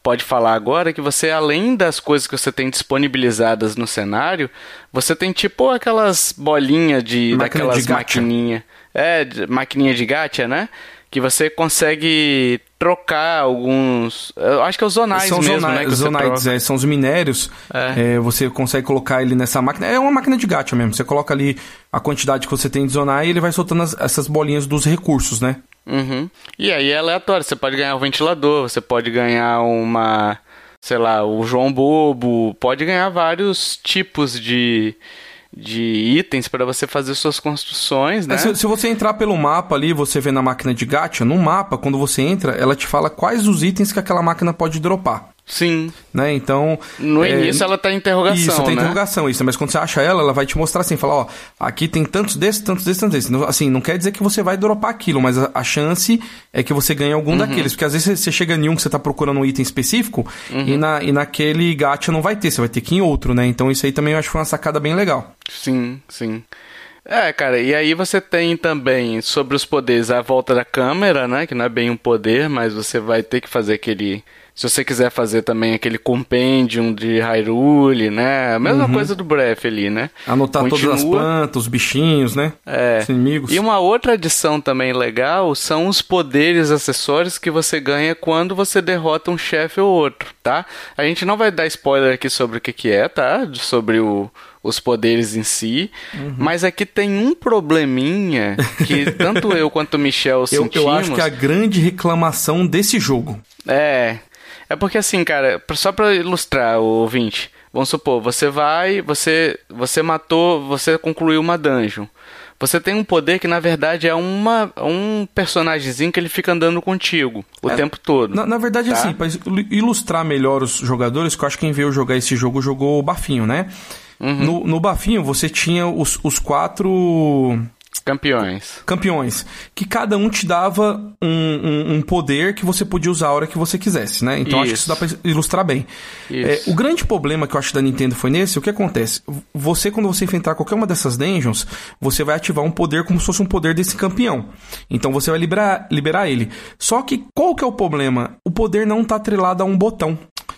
Speaker 1: pode falar agora é que você, além das coisas que você tem disponibilizadas no cenário, você tem tipo aquelas bolinhas de...
Speaker 2: Máquina
Speaker 1: daquelas
Speaker 2: de gacha.
Speaker 1: maquininha. É, de- maquininha de gacha, né? Que você consegue trocar alguns... Eu acho que é os zonais
Speaker 2: São
Speaker 1: mesmo,
Speaker 2: zonai-
Speaker 1: né? Que você
Speaker 2: zonaites,
Speaker 1: troca.
Speaker 2: é, são os minérios.
Speaker 1: É.
Speaker 2: É, você consegue colocar ele nessa máquina. É uma máquina de gacha mesmo. Você coloca ali a quantidade que você tem de zonai e ele vai soltando as- essas bolinhas dos recursos, né?
Speaker 1: Uhum. E aí é aleatório, você pode ganhar um ventilador, você pode ganhar uma, sei lá, o João Bobo, pode ganhar vários tipos de, de itens para você fazer suas construções, né?
Speaker 2: É, se, se você entrar pelo mapa ali, você vê na máquina de gacha, no mapa, quando você entra, ela te fala quais os itens que aquela máquina pode dropar.
Speaker 1: Sim.
Speaker 2: Né? Então.
Speaker 1: No
Speaker 2: é,
Speaker 1: início ela tá em interrogação,
Speaker 2: Isso, tem
Speaker 1: né?
Speaker 2: interrogação, isso. Mas quando você acha ela, ela vai te mostrar assim, falar, ó, aqui tem tantos desses, tantos desses, tantos desses. Não- Assim, não quer dizer que você vai dropar aquilo, mas a, a chance é que você ganhe algum daqueles. Porque às vezes você, você chega em um que você tá procurando um item específico e, na, e naquele gacha não vai ter, você vai ter que ir em outro, né? Então isso aí também eu acho que foi uma sacada bem legal.
Speaker 1: Sim, sim. É, cara, e aí você tem também sobre os poderes a volta da câmera, né? Que não é bem um poder, mas você vai ter que fazer aquele... Se você quiser fazer também aquele compendium de Hyrule, né? A mesma coisa do Breath ali, né?
Speaker 2: Anotar todas as
Speaker 1: Continua.
Speaker 2: plantas, os bichinhos, né?
Speaker 1: É.
Speaker 2: Os inimigos.
Speaker 1: E uma outra adição também legal são os poderes acessórios que você ganha quando você derrota um chefe ou outro, tá? A gente não vai dar spoiler aqui sobre o que que é, tá? Sobre o, os poderes em si, mas aqui tem um probleminha que tanto eu quanto o Michel
Speaker 2: Eu,
Speaker 1: sentimos.
Speaker 2: eu acho que é a grande reclamação desse jogo.
Speaker 1: É, é porque assim, cara, pra- só pra ilustrar o ouvinte, vamos supor, você vai, você, você matou, você concluiu uma dungeon. Você tem um poder que na verdade é uma, um personagemzinho que ele fica andando contigo o
Speaker 2: É,
Speaker 1: tempo todo.
Speaker 2: Na, na verdade,
Speaker 1: Tá.
Speaker 2: assim, pra ilustrar melhor os jogadores, que eu acho que quem veio jogar esse jogo jogou o Bafinho, né? No, no Bafinho você tinha os, os quatro
Speaker 1: Campeões.
Speaker 2: campeões, que cada um te dava um, um, um poder que você podia usar a hora que você quisesse, né? Então acho que isso
Speaker 1: Isso.
Speaker 2: dá pra ilustrar bem.
Speaker 1: Isso.
Speaker 2: É, o grande problema que eu acho da Nintendo foi nesse, o que acontece? Você, quando você enfrentar qualquer uma dessas dungeons, você vai ativar um poder como se fosse um poder desse campeão. Então você vai liberar, liberar ele. Só que qual que é o problema? O poder não tá atrelado a um botão.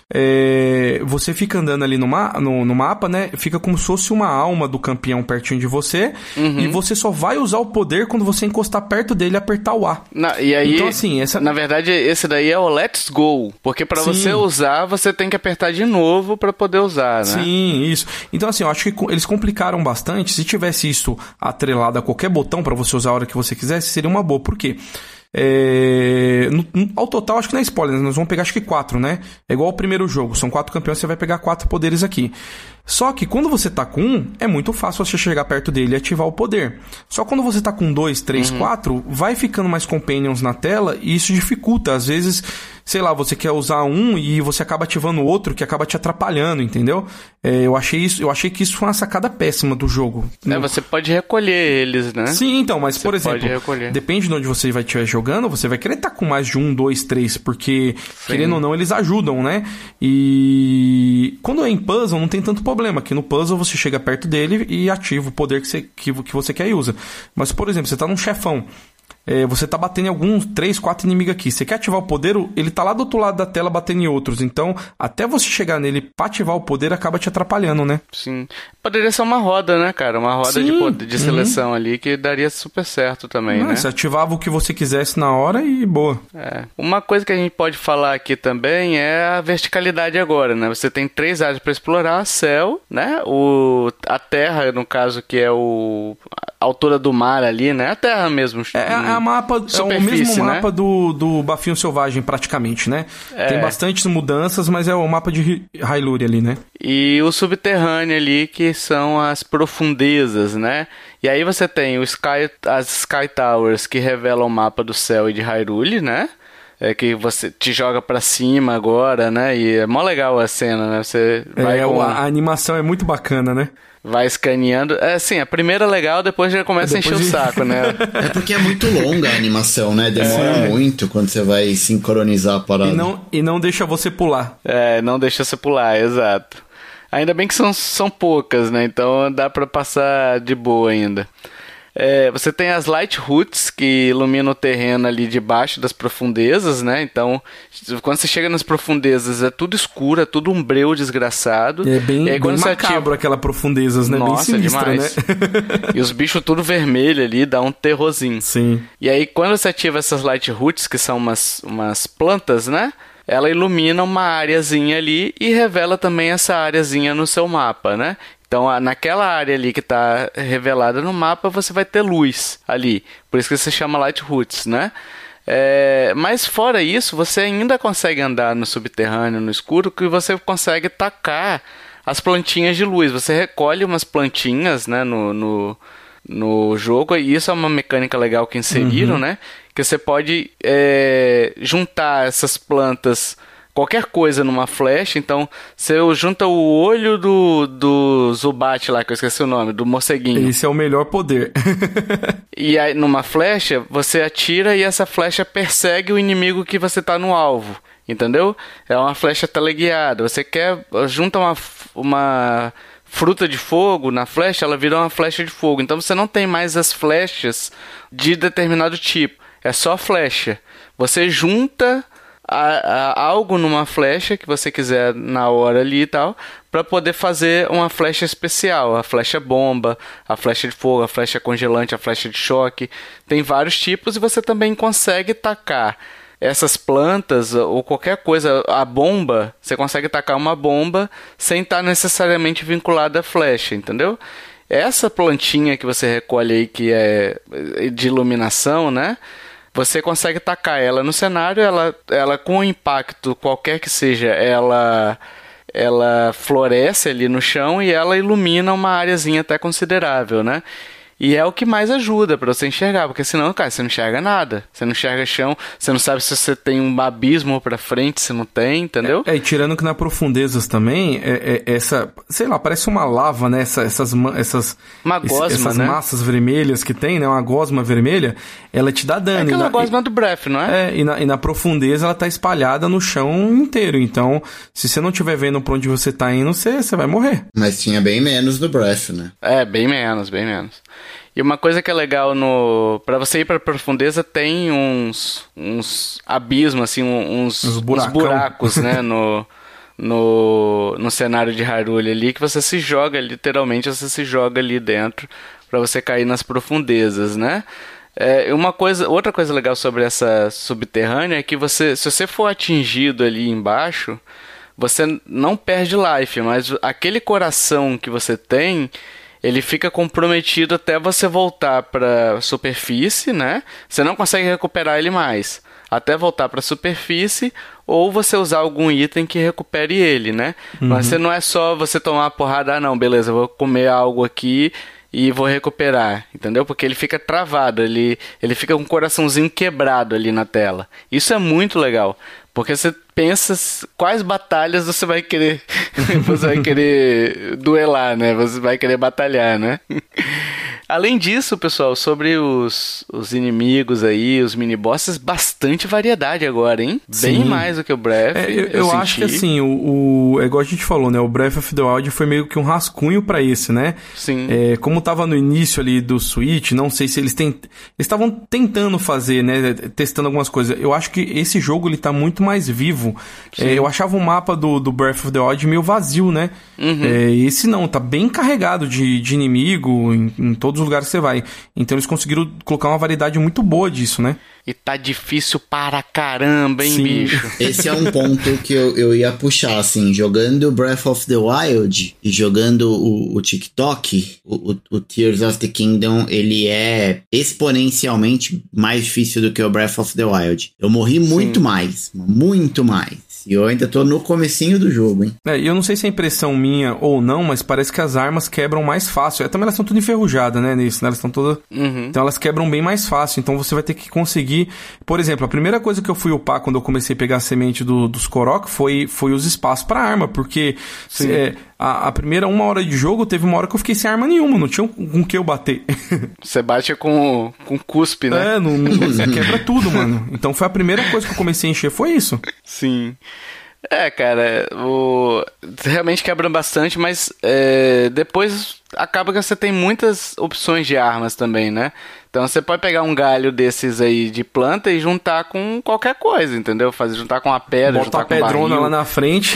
Speaker 2: É, você fica andando ali no, ma no, no mapa, né? Fica como se fosse uma alma do campeão pertinho de você. E você só vai usar o poder quando você encostar perto dele e apertar o A.
Speaker 1: Na- e aí,
Speaker 2: Então, assim, essa-
Speaker 1: na verdade, esse daí é o Let's Go. Porque pra
Speaker 2: Sim.
Speaker 1: você usar, você tem que apertar de novo pra poder usar, né?
Speaker 2: Sim, isso. Então, assim, eu acho que co- eles complicaram bastante. Se tivesse isso atrelado a qualquer botão pra você usar a hora que você quisesse, seria uma boa. Por quê? É, no- no- ao total, acho que não é spoiler, nós vamos pegar acho que quatro, né? É igual ao primeiro jogo, são quatro campeões, você vai pegar quatro poderes aqui. Só que quando você tá com um, é muito fácil você chegar perto dele e ativar o poder. Só quando você tá com dois, três, quatro, vai ficando mais companions na tela e isso dificulta. Às vezes, sei lá, você quer usar um e você acaba ativando o outro que acaba te atrapalhando, entendeu? É, eu achei isso, eu achei que isso foi uma sacada péssima do jogo.
Speaker 1: É, você pode recolher eles, né?
Speaker 2: Sim, então, mas por
Speaker 1: Você pode
Speaker 2: exemplo,
Speaker 1: recolher.
Speaker 2: depende de onde você vai estiver jogando, você vai querer estar com mais de um, dois, três, porque, querendo ou não, eles ajudam, né? E quando é em puzzle, não tem tanto problema, que no puzzle você chega perto dele e ativa o poder que você, que, que você quer e usa. Mas, por exemplo, você tá num chefão, é, você tá batendo em alguns três, quatro inimigos aqui. Você quer ativar o poder, ele tá lá do outro lado da tela batendo em outros. Então, até você chegar nele pra ativar o poder, acaba te atrapalhando, né?
Speaker 1: Sim. Poderia ser uma roda, né, cara? Uma roda
Speaker 2: Sim.
Speaker 1: de, poder- de
Speaker 2: Uhum.
Speaker 1: seleção ali que daria super certo também,
Speaker 2: Não,
Speaker 1: né?
Speaker 2: Você ativava o que você quisesse na hora e boa.
Speaker 1: É. Uma coisa que a gente pode falar aqui também é a verticalidade agora, né? Você tem três áreas para explorar: céu, né? O, a terra, no caso, que é o a altura do mar ali, né? A terra mesmo.
Speaker 2: É, é a mapa, é o
Speaker 1: Superfície,
Speaker 2: mesmo
Speaker 1: né?
Speaker 2: mapa do, do Bafinho Selvagem, praticamente, né?
Speaker 1: É.
Speaker 2: Tem bastantes mudanças, mas é o mapa de Hy- Hyrule ali, né?
Speaker 1: E o subterrâneo ali, que são as profundezas, né? E aí você tem o Sky, as Sky Towers, que revelam o mapa do céu e de Hyrule, né? É que você te joga pra cima agora, né? E é mó legal a cena, né? Você vai,
Speaker 2: É,
Speaker 1: com,
Speaker 2: a, a animação é muito bacana, né?
Speaker 1: vai escaneando. É assim, a primeira é legal, depois já começa
Speaker 2: Depois
Speaker 1: a encher
Speaker 2: de-
Speaker 1: o saco, né?
Speaker 3: É porque é muito longa a animação, né? Demora muito quando você vai sincronizar a parada.
Speaker 2: E não, e não deixa você pular.
Speaker 1: É, não deixa você pular, exato. Ainda bem que são, são poucas, né? Então dá pra passar de boa ainda. É, você tem as Light Roots, que iluminam o terreno ali debaixo das profundezas, né? Então, quando você chega nas profundezas, é tudo escuro, é tudo um breu desgraçado.
Speaker 2: É bem,
Speaker 1: e aí,
Speaker 2: bem macabro ativa... aquela profundezas, né?
Speaker 1: Nossa,
Speaker 2: bem sinistra,
Speaker 1: demais.
Speaker 2: Né?
Speaker 1: E os bichos tudo vermelho ali, dá um terrorzinho.
Speaker 2: Sim.
Speaker 1: E aí, quando você ativa essas Light Roots, que são umas, umas plantas, né? Ela ilumina uma areazinha ali e revela também essa areazinha no seu mapa, né? Então, naquela área ali que está revelada no mapa, você vai ter luz ali. Por isso que se chama Light Roots, né? É, mas fora isso, você ainda consegue andar no subterrâneo, no escuro, que você consegue tacar as plantinhas de luz. Você recolhe umas plantinhas, né, no, no, no jogo, e isso é uma mecânica legal que inseriram, uhum. né? Que você pode é, juntar essas plantas... qualquer coisa numa flecha, então você junta o olho do, do Zubat lá, que eu esqueci o nome, do morceguinho.
Speaker 2: Esse é o melhor poder.
Speaker 1: E aí, numa flecha, você atira e essa flecha persegue o inimigo que você tá no alvo, entendeu? É uma flecha teleguiada. Você quer, junta uma, uma fruta de fogo na flecha, ela vira uma flecha de fogo. Então você não tem mais as flechas de determinado tipo, é só flecha. Você junta... A, a, algo numa flecha que você quiser na hora ali e tal, para poder fazer uma flecha especial, a flecha bomba, a flecha de fogo, a flecha congelante, a flecha de choque, tem vários tipos e você também consegue tacar essas plantas ou qualquer coisa, a bomba, você consegue tacar uma bomba sem estar necessariamente vinculada à flecha, entendeu? Essa plantinha que você recolhe aí, que é de iluminação, né? Você consegue tacar ela no cenário, ela, ela com impacto qualquer que seja, ela, ela floresce ali no chão e ela ilumina uma areazinha até considerável, né? E é o que mais ajuda para você enxergar, porque senão, cara, você não enxerga nada. Você não enxerga chão, você não sabe se você tem um abismo pra frente, se não tem, entendeu?
Speaker 2: É, é e tirando que na profundezas também, é, é, essa, sei lá, parece uma lava, né? Essa, essas essas,
Speaker 1: uma gosma,
Speaker 2: esse, essas
Speaker 1: né?
Speaker 2: massas vermelhas que tem, né? Uma gosma vermelha, ela te dá dano.
Speaker 1: É aquela
Speaker 2: na,
Speaker 1: gosma do Breath, não é?
Speaker 2: É, e na, e na profundeza ela tá espalhada no chão inteiro. Então, se você não estiver vendo pra onde você tá indo, você, você vai morrer.
Speaker 3: Mas tinha bem menos no Breath, né?
Speaker 1: É, bem menos, bem menos. E uma coisa que é legal no... Pra você ir pra profundeza, tem uns... Uns abismos, assim, uns...
Speaker 2: Uns,
Speaker 1: uns buracos, né? No, no, no cenário de Hyrule ali, que você se joga, literalmente, você se joga ali dentro pra você cair nas profundezas, né? É, uma coisa, outra coisa legal sobre essa subterrânea é que você, se você for atingido ali embaixo, você não perde life, mas aquele coração que você tem... ele fica comprometido até você voltar para a superfície, né? Você não consegue recuperar ele mais. Até voltar para a superfície ou você usar algum item que recupere ele, né? Uhum. Mas você não é só você tomar uma porrada, ah, não, beleza, eu vou comer algo aqui e vou recuperar, entendeu? Porque ele fica travado, ele, ele fica com um coraçãozinho quebrado ali na tela. Isso é muito legal. Porque você pensa quais batalhas você vai querer você vai querer duelar, né? Você vai querer batalhar, né? Além disso, pessoal, sobre os, os inimigos aí, os mini-bosses, bastante variedade agora, hein? Sim. Bem mais do que o Breath.
Speaker 2: É, eu eu, eu acho que assim, o, o, é igual a gente falou, né? O Breath of the Wild foi meio que um rascunho pra esse, né?
Speaker 1: Sim.
Speaker 2: É, como tava no início ali do Switch, não sei se eles tent... eles estavam tentando fazer, né? Testando algumas coisas. Eu acho que esse jogo, ele tá muito mais vivo. É, eu achava o mapa do, do Breath of the Wild meio vazio, né?
Speaker 1: Uhum.
Speaker 2: É, esse não, tá bem carregado de, de inimigo em, em todos os lugares que você vai. Então eles conseguiram colocar uma variedade muito boa disso, né?
Speaker 1: E tá difícil para caramba, hein,
Speaker 2: Sim.
Speaker 1: bicho?
Speaker 3: Esse é um ponto que eu, eu ia puxar, assim, jogando Breath of the Wild e jogando o, o TikTok, o, o, o Tears of the Kingdom, ele é exponencialmente mais difícil do que o Breath of the Wild. Eu morri muito Sim. mais, muito mais. E eu ainda tô no comecinho do jogo, hein?
Speaker 2: É, eu não sei se é impressão minha ou não, mas parece que as armas quebram mais fácil. É, também elas estão tudo enferrujadas, né, nisso, né? Elas estão todas...
Speaker 1: Uhum.
Speaker 2: Então elas quebram bem mais fácil. Então você vai ter que conseguir... Por exemplo, a primeira coisa que eu fui upar quando eu comecei a pegar a semente do, dos Korok foi, foi os espaços pra arma, porque é, a, a primeira uma hora de jogo teve uma hora que eu fiquei sem arma nenhuma, não tinha com que eu bater.
Speaker 1: Você bate com, com cuspe, né?
Speaker 2: É, não, não, quebra tudo, mano. Então foi a primeira coisa que eu comecei a encher, foi isso.
Speaker 1: Sim. É, cara, o... realmente quebra bastante, mas é... depois acaba que você tem muitas opções de armas também, né? Então você pode pegar um galho desses aí de planta e juntar com qualquer coisa, entendeu? Fazer, juntar com uma pedra,
Speaker 2: Bota
Speaker 1: juntar
Speaker 2: a
Speaker 1: com um barril.
Speaker 2: pedrona lá na frente.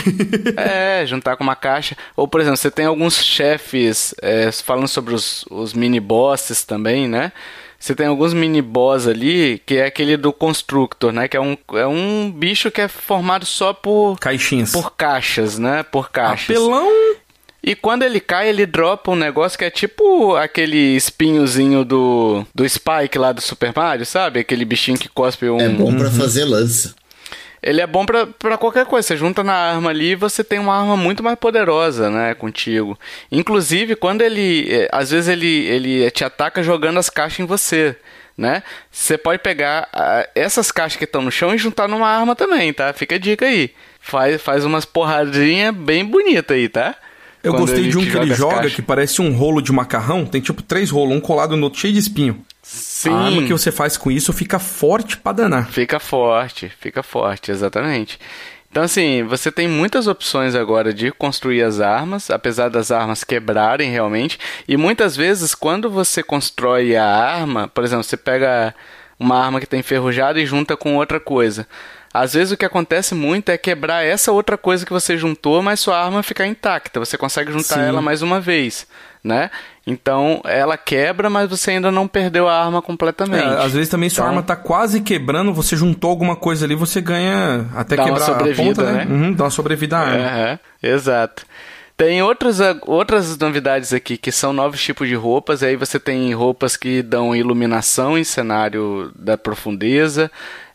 Speaker 1: É, juntar com uma caixa. Ou, por exemplo, você tem alguns chefes, é, falando sobre os, os mini-bosses também, né? Você tem alguns mini-boss ali, que é aquele do Constructor, né? Que é um, é um bicho que é formado só por...
Speaker 2: Caixinhas.
Speaker 1: Por caixas, né? Por caixas.
Speaker 2: Apelão...
Speaker 1: E quando ele cai, ele dropa um negócio que é tipo aquele espinhozinho do, do Spike lá do Super Mario, sabe? Aquele bichinho que cospe um...
Speaker 3: É bom pra
Speaker 2: Uhum.
Speaker 3: fazer lança.
Speaker 1: Ele é bom pra, pra qualquer coisa. Você junta na arma ali e você tem uma arma muito mais poderosa, né? Contigo. Inclusive, quando ele... Às vezes ele, ele te ataca jogando as caixas em você, né? Você pode pegar uh, essas caixas que estão no chão e juntar numa arma também, tá? Fica a dica aí. Faz, faz umas porradinhas bem bonitas aí, tá?
Speaker 2: Eu
Speaker 1: Quando
Speaker 2: gostei de um que ele joga
Speaker 1: caixas.
Speaker 2: que parece um rolo de macarrão. Tem tipo três rolos, um colado no outro, cheio de espinho.
Speaker 1: Sim.
Speaker 2: A arma que você faz com isso fica forte pra danar.
Speaker 1: Fica forte, fica forte, exatamente. Então, assim, você tem muitas opções agora de construir as armas, apesar das armas quebrarem realmente. E muitas vezes, quando você constrói a arma, por exemplo, você pega uma arma que está enferrujada e junta com outra coisa. Às vezes o que acontece muito é quebrar essa outra coisa que você juntou, mas sua arma ficar intacta. Você consegue juntar
Speaker 2: Sim.
Speaker 1: ela mais uma vez, né? Então, ela quebra, mas você ainda não perdeu a arma completamente.
Speaker 2: É, às vezes também sua
Speaker 1: então,
Speaker 2: arma tá quase quebrando, você juntou alguma coisa ali, você ganha até
Speaker 1: Dá uma
Speaker 2: quebrar a
Speaker 1: sobrevida,
Speaker 2: ponta, né?
Speaker 1: né?
Speaker 2: Uhum, dá uma sobrevida à arma.
Speaker 1: Uhum, exato. Tem outras, outras novidades aqui, que são novos tipos de roupas. Aí você tem roupas que dão iluminação em cenário da profundeza,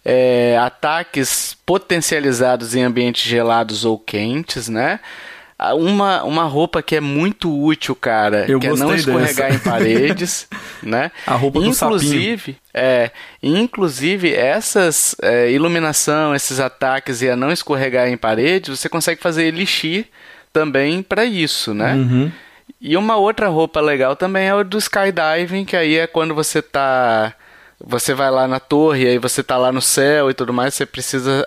Speaker 1: é, ataques potencializados em ambientes gelados ou quentes, né? Uma, uma roupa que é muito útil, cara,
Speaker 2: Eu
Speaker 1: que é não escorregar
Speaker 2: dessa.
Speaker 1: em paredes, né?
Speaker 2: A roupa do
Speaker 1: inclusive, é, inclusive essas é, iluminação, esses ataques e a não escorregar em paredes, você consegue fazer elixir também para isso, né?
Speaker 2: Uhum.
Speaker 1: E uma outra roupa legal também é o do skydiving, que aí é quando você tá... Você vai lá na torre, aí você tá lá no céu e tudo mais, você precisa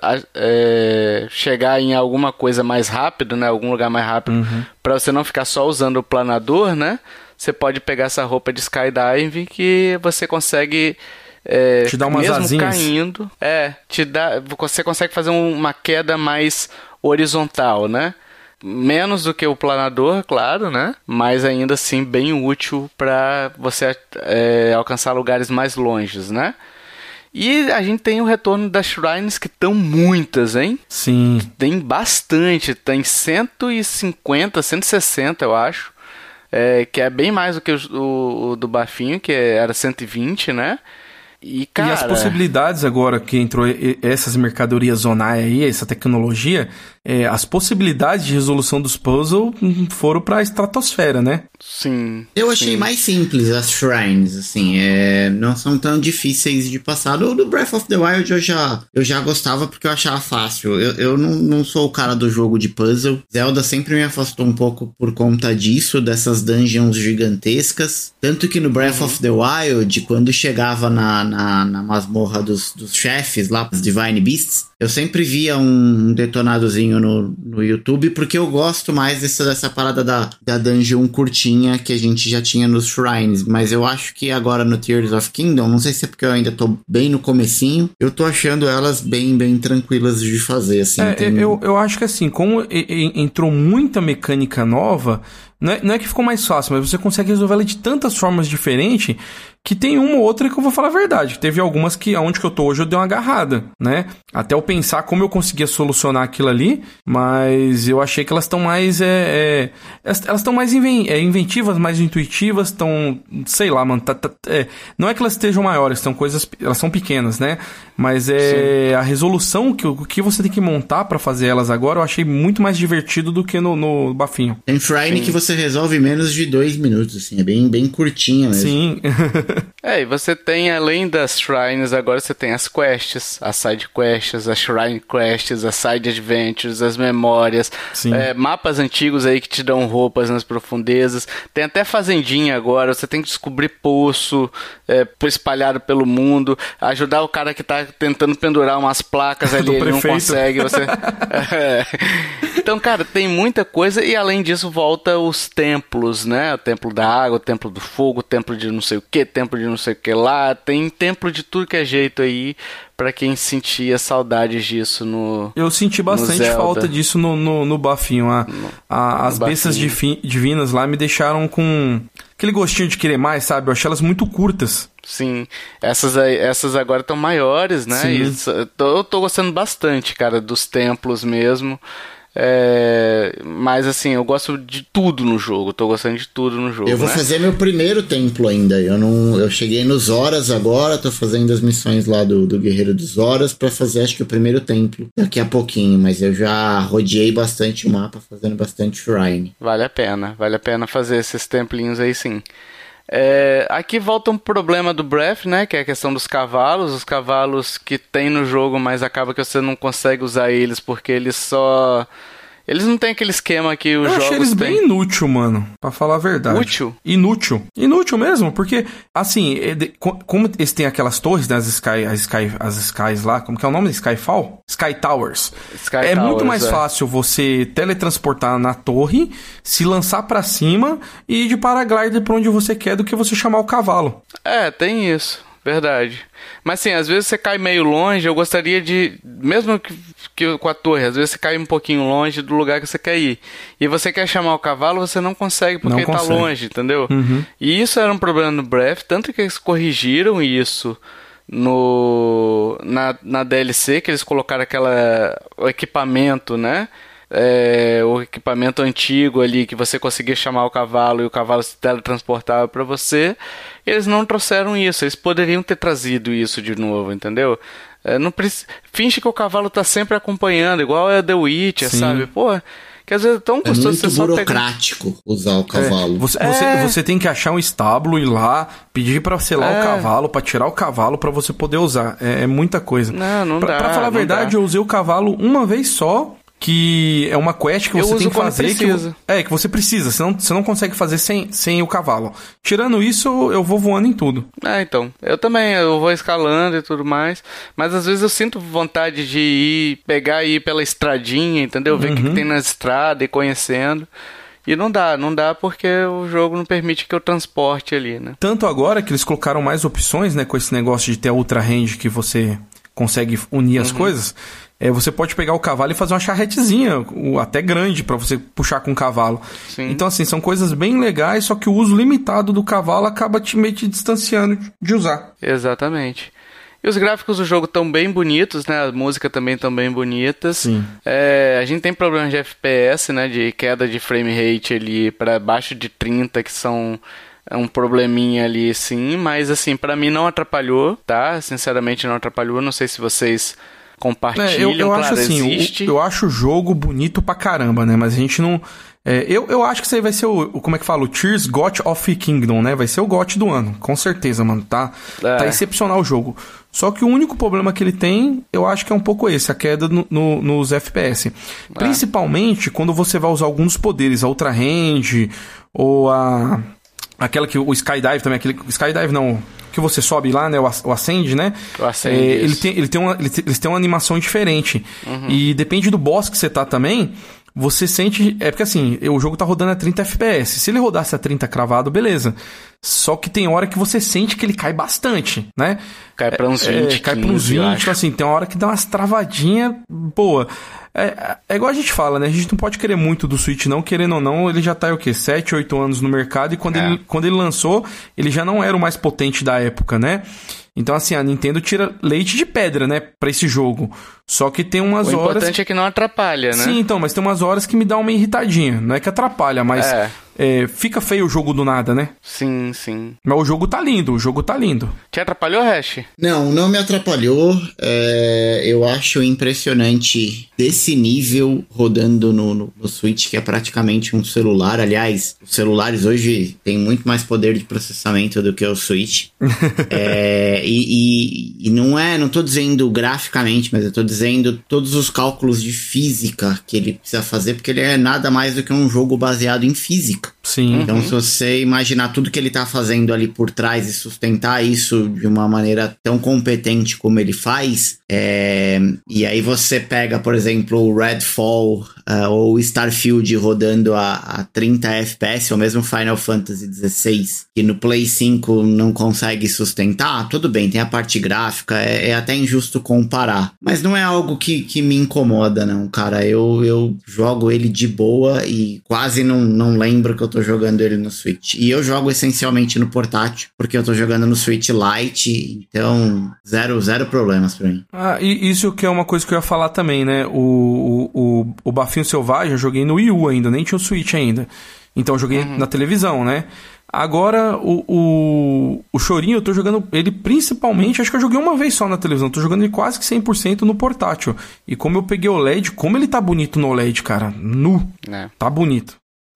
Speaker 1: é, chegar em alguma coisa mais rápido, né? Algum lugar mais rápido, uhum. para você não ficar só usando o planador, né? Você pode pegar essa roupa de skydiving que você consegue... É,
Speaker 2: te dá umas
Speaker 1: mesmo
Speaker 2: asinhas.
Speaker 1: caindo, é, te dá, você consegue fazer uma queda mais horizontal, né? Menos do que o planador, claro, né? Mas ainda assim bem útil para você é, alcançar lugares mais longes, né? E a gente tem o retorno das shrines, que estão muitas, hein?
Speaker 2: Sim.
Speaker 1: Tem bastante, tem cento e cinquenta, cento e sessenta, eu acho. É, que é bem mais do que o, o, o do bafinho, que era cento e vinte, né? E, cara...
Speaker 2: e as possibilidades agora que entrou essas mercadorias zonais aí, essa tecnologia, é, as possibilidades de resolução dos puzzles foram pra estratosfera, né?
Speaker 1: Sim.
Speaker 3: Eu achei
Speaker 1: sim.
Speaker 3: mais simples as shrines, assim, é, não são tão difíceis de passar. Do, do Breath of the Wild eu já, eu já gostava porque eu achava fácil. Eu, eu não, não sou o cara do jogo de puzzle. Zelda sempre me afastou um pouco por conta disso, dessas dungeons gigantescas. Tanto que no Breath
Speaker 1: uhum.
Speaker 3: of the Wild, quando chegava na, na, na masmorra dos, dos chefes lá, os Divine Beasts, eu sempre via um detonadozinho no, no YouTube, porque eu gosto mais dessa, dessa parada da, da dungeon curtinha que a gente já tinha nos shrines. Mas eu acho que agora no Tears of Kingdom, não sei se é porque eu ainda tô bem no comecinho, eu tô achando elas bem, bem tranquilas de fazer, assim.
Speaker 2: É,
Speaker 3: tem...
Speaker 2: eu, eu acho que assim, como e, e, entrou muita mecânica nova, não é, não é que ficou mais fácil, mas você consegue resolver ela de tantas formas diferentes, que tem uma ou outra que eu vou falar a verdade. Teve algumas que, onde que eu tô hoje, eu dei uma agarrada, né? Até eu pensar como eu conseguia solucionar aquilo ali, mas eu achei que elas estão mais, é, é, elas estão mais inven- é, inventivas, mais intuitivas, estão, sei lá, mano, tá, tá, é, não é que elas estejam maiores, são coisas, elas são pequenas, né? Mas é, a resolução que, que você tem que montar pra fazer elas agora, eu achei muito mais divertido do que no, no bafinho.
Speaker 3: Tem shrine
Speaker 1: Sim.
Speaker 3: que você você resolve em menos de dois minutos, assim, é bem, bem curtinha mesmo.
Speaker 2: Sim.
Speaker 1: É, e você tem, além das shrines, agora você tem as quests, as side quests, as shrine quests, as side adventures, as memórias, é, mapas antigos aí que te dão roupas nas profundezas, tem até fazendinha agora, você tem que descobrir poço é, espalhado pelo mundo, ajudar o cara que tá tentando pendurar umas placas ali, ele não consegue, você... é. Então, cara, tem muita coisa e além disso volta os templos, né? O templo da água, o templo do fogo, o templo de não sei o que, templo de não sei o que lá. Tem templo de tudo que é jeito aí pra quem sentia saudades disso no
Speaker 2: Eu senti bastante falta disso no, no, no bafinho. A,
Speaker 1: no,
Speaker 2: a, as
Speaker 1: no
Speaker 2: bestas divi, divinas lá me deixaram com aquele gostinho de querer mais, sabe? Eu achei elas muito curtas.
Speaker 1: Sim, essas, aí, essas agora estão maiores, né? E eu tô, eu tô gostando bastante, cara, dos templos mesmo. É, mas assim, eu gosto de tudo no jogo, tô gostando de tudo no jogo.
Speaker 3: Eu vou
Speaker 1: né?
Speaker 3: fazer meu primeiro templo ainda. Eu não, eu cheguei nos Horas agora, tô fazendo as missões lá do, do Guerreiro dos Horas pra fazer, acho que o primeiro templo daqui a pouquinho, mas eu já rodeei bastante o mapa, fazendo bastante shrine.
Speaker 1: Vale a pena, vale a pena fazer esses templinhos aí sim. É, aqui volta um problema do Breath, né, que é a questão dos cavalos, os cavalos que tem no jogo, mas acaba que você não consegue usar eles porque eles só... Eles não tem aquele esquema que os
Speaker 2: eu
Speaker 1: jogos
Speaker 2: achei eles
Speaker 1: têm.
Speaker 2: bem inútil, mano, pra falar a verdade.
Speaker 1: Útil?
Speaker 2: Inútil. Inútil mesmo, porque, assim, como eles têm aquelas torres, né, as Sky, as Sky, as Skies lá, como que é o nome? Skyfall? Sky Towers.
Speaker 1: Sky
Speaker 2: é
Speaker 1: Towers,
Speaker 2: muito mais
Speaker 1: é.
Speaker 2: fácil você teletransportar na torre, se lançar pra cima e ir de paraglider pra onde você quer do que você chamar o cavalo.
Speaker 1: É, tem isso. Verdade. Mas assim, às vezes você cai meio longe, eu gostaria de... Mesmo que, que com a torre, às vezes você cai um pouquinho longe do lugar que você quer ir. E você quer chamar o cavalo, você não consegue porque
Speaker 2: não
Speaker 1: ele tá
Speaker 2: consegue.
Speaker 1: longe, entendeu?
Speaker 2: Uhum.
Speaker 1: E isso era um problema no Breath, tanto que eles corrigiram isso no na, na D L C, que eles colocaram aquela, o equipamento, né? É, o equipamento antigo ali que você conseguia chamar o cavalo e o cavalo se teletransportava para você. Eles não trouxeram isso, eles poderiam ter trazido isso de novo, entendeu? É, não preci... Finge que o cavalo tá sempre acompanhando, igual é The Witcher,
Speaker 2: Sim.
Speaker 1: sabe? Pô, que às vezes é tão custoso
Speaker 3: é muito
Speaker 1: você só
Speaker 3: burocrático pegar... usar o cavalo.
Speaker 2: É, você,
Speaker 1: é.
Speaker 2: Você, você tem que achar um estábulo, ir lá, pedir pra selar
Speaker 1: é.
Speaker 2: o cavalo, pra tirar o cavalo pra você poder usar. É, é muita coisa.
Speaker 1: Não, não
Speaker 2: pra,
Speaker 1: dá.
Speaker 2: Pra falar a verdade,
Speaker 1: dá.
Speaker 2: eu usei o cavalo uma vez só, que é uma quest que
Speaker 1: eu
Speaker 2: você
Speaker 1: uso
Speaker 2: tem que fazer.
Speaker 1: Precisa.
Speaker 2: Que, é, que você precisa, você não, você não consegue fazer sem, sem o cavalo. Tirando isso, eu vou voando em tudo.
Speaker 1: É, então. Eu também, eu vou escalando e tudo mais. Mas às vezes eu sinto vontade de ir, pegar e ir pela estradinha, entendeu? Ver o uhum. que, que tem na estrada e conhecendo. E não dá, não dá porque o jogo não permite que eu transporte ali, né?
Speaker 2: Tanto agora que eles colocaram mais opções, né? Com esse negócio de ter a Ultra Range que você consegue unir as uhum. coisas. É, você pode pegar o cavalo e fazer uma charretezinha, até grande, pra você puxar com o cavalo.
Speaker 1: Sim.
Speaker 2: Então, assim, são coisas bem legais, só que o uso limitado do cavalo acaba te meio te distanciando de usar.
Speaker 1: Exatamente. E os gráficos do jogo estão bem bonitos, né? A música também estão bem bonitas.
Speaker 2: Sim.
Speaker 1: É, a gente tem problemas de F P S, né? De queda de frame rate ali para baixo de trinta, que são... É um probleminha ali, sim. Mas, assim, pra mim não atrapalhou, tá? Sinceramente, não atrapalhou. Não sei se vocês... compartilham,
Speaker 2: é, eu, eu
Speaker 1: claro,
Speaker 2: acho assim,
Speaker 1: existe.
Speaker 2: O, eu acho o jogo bonito pra caramba, né? Mas a gente não... É, eu, eu acho que isso aí vai ser o, o... Como é que fala? O Tears G O T of Kingdom, né? Vai ser o G O T do ano, com certeza, mano. Tá,
Speaker 1: é.
Speaker 2: tá excepcional o jogo. Só que o único problema que ele tem, eu acho que é um pouco esse, a queda no, no, nos F P S. É. Principalmente quando você vai usar alguns poderes, a Ultra Range, ou a... Aquela que o Skydive também, aquele Skydive não, que você sobe lá, né, o Ascend, né?
Speaker 1: O Ascend,
Speaker 2: é, ele tem, ele tem uma, ele tem, eles têm uma animação diferente. Uhum. E depende do boss que você tá também, você sente... É porque assim, o jogo tá rodando a trinta F P S. Se ele rodasse a trinta cravado, beleza. Só que tem hora que você sente que ele cai bastante, né?
Speaker 1: Cai pra uns vinte,
Speaker 2: é, cai pra uns vinte, então, assim, tem uma hora que dá umas travadinhas boa. É, é igual a gente fala, né? A gente não pode querer muito do Switch, não. Querendo ou não, ele já tá, o quê? sete, oito anos no mercado. E quando, é. ele, quando ele lançou, ele já não era o mais potente da época, né? Então, assim, a Nintendo tira leite de pedra, né? Pra esse jogo. Só que tem umas
Speaker 1: o
Speaker 2: horas...
Speaker 1: O importante é que não atrapalha, né?
Speaker 2: Sim, então, mas tem umas horas que me dá uma irritadinha. Não é que atrapalha, mas...
Speaker 1: É.
Speaker 2: é, fica feio o jogo do nada, né?
Speaker 1: Sim, sim.
Speaker 2: Mas o jogo tá lindo, o jogo tá lindo.
Speaker 1: Te atrapalhou, Hash?
Speaker 3: Não, não me atrapalhou. É, eu acho impressionante desse nível rodando no, no, no Switch, que é praticamente um celular. Aliás, os celulares hoje têm muito mais poder de processamento do que o Switch. é, e, e, e não é, não tô dizendo graficamente, mas eu tô dizendo todos os cálculos de física que ele precisa fazer, porque ele é nada mais do que um jogo baseado em física.
Speaker 2: Sim.
Speaker 3: Então, uhum. se você imaginar tudo que ele tá fazendo ali por trás e sustentar isso de uma maneira tão competente como ele faz, é... e aí você pega, por exemplo, o Redfall uh, ou Starfield rodando a, a trinta F P S, ou mesmo Final Fantasy dezesseis, que no Play cinco não consegue sustentar, tudo bem, tem a parte gráfica, é, é até injusto comparar. Mas não é algo que, que me incomoda, não, cara. Eu, eu jogo ele de boa e quase não, não lembro que eu tô jogando ele no Switch. E eu jogo essencialmente no portátil, porque eu tô jogando no Switch Lite, então zero, zero problemas pra mim.
Speaker 2: Ah, e isso que é uma coisa que eu ia falar também, né? O, o, o, o Bafinho Selvagem eu joguei no Wii U ainda, nem tinha o Switch ainda. Então eu joguei uhum. na televisão, né? Agora, o, o, o Chorinho, eu tô jogando ele principalmente, acho que eu joguei uma vez só na televisão, tô jogando ele quase que cem por cento no portátil. E como eu peguei o L E D, como ele tá bonito no L E D, cara, nu, é. Tá bonito.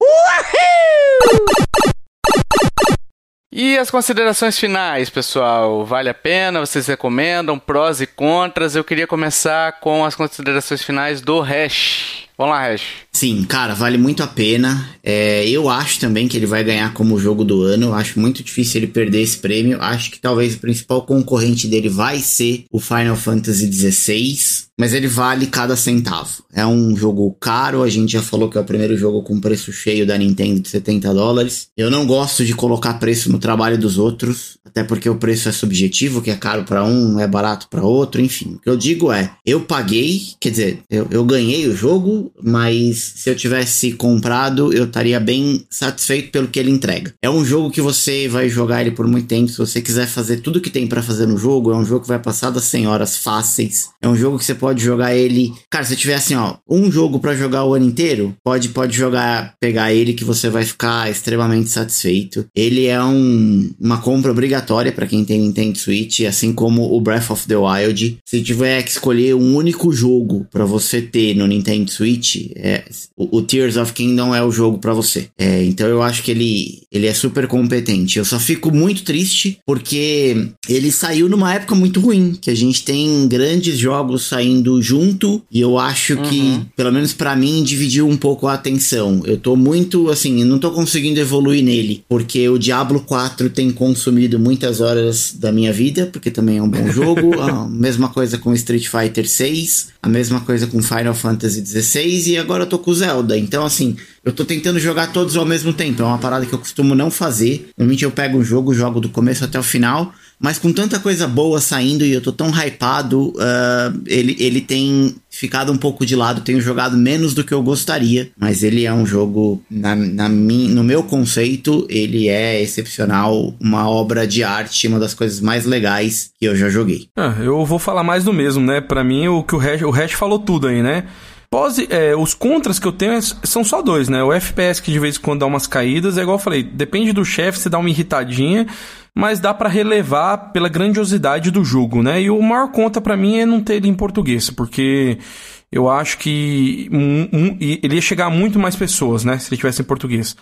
Speaker 1: E as considerações finais, pessoal? Vale a pena? Vocês recomendam? Prós e contras? Eu queria começar com as considerações finais do Hash. Vamos lá, Hash.
Speaker 3: Sim, cara, vale muito a pena. É, eu acho também que ele vai ganhar como jogo do ano. Eu acho muito difícil ele perder esse prêmio. Acho que talvez o principal concorrente dele vai ser o Final Fantasy dezesseis. Mas ele vale cada centavo. É um jogo caro. A gente já falou que é o primeiro jogo com preço cheio da Nintendo de setenta dólares. Eu não gosto de colocar preço no trabalho dos outros. Até porque o preço é subjetivo, que é caro pra um, é barato pra outro, enfim. O que eu digo é, eu paguei, quer dizer, eu, eu ganhei o jogo, mas se eu tivesse comprado, eu estaria bem satisfeito pelo que ele entrega. É um jogo que você vai jogar ele por muito tempo, se você quiser fazer tudo que tem pra fazer no jogo, é um jogo que vai passar das cem horas fáceis. É um jogo que você pode jogar ele... Cara, se tiver assim, ó, um jogo pra jogar o ano inteiro, pode, pode jogar, pegar ele que você vai ficar extremamente satisfeito. Ele é um, uma compra obrigatória para quem tem Nintendo Switch, assim como o Breath of the Wild. Se tiver que escolher um único jogo para você ter no Nintendo Switch, é, o, o Tears of Kingdom é o jogo para você. É, então eu acho que ele, ele é super competente. Eu só fico muito triste porque ele saiu numa época muito ruim, que a gente tem grandes jogos saindo junto, e eu acho uhum. que, pelo menos para mim, dividiu um pouco a atenção. Eu tô muito, assim, não tô conseguindo evoluir nele, porque o Diablo quatro tem consumido muito muitas horas da minha vida, porque também é um bom jogo. A mesma coisa com Street Fighter seis, a mesma coisa com Final Fantasy dezesseis, e agora eu tô com Zelda. Então, assim, eu tô tentando jogar todos ao mesmo tempo. É uma parada que eu costumo não fazer. Normalmente eu pego um jogo, jogo do começo até o final, mas com tanta coisa boa saindo e eu tô tão hypado, uh, ele, ele tem ficado um pouco de lado. Tenho jogado menos do que eu gostaria, mas ele é um jogo, na, na min, no meu conceito, ele é excepcional, uma obra de arte, uma das coisas mais legais que eu já joguei.
Speaker 2: Ah, eu vou falar mais do mesmo, né? Pra mim, o que o Hash, o Hash falou tudo aí, né? Pose, é, os contras que eu tenho são só dois, né? O F P S que de vez em quando dá umas caídas, é igual eu falei, depende do chefe, você dá uma irritadinha, mas dá pra relevar pela grandiosidade do jogo, né? E o maior conta pra mim é não ter ele em português, porque eu acho que um, um, ele ia chegar a muito mais pessoas, né? Se ele tivesse em português.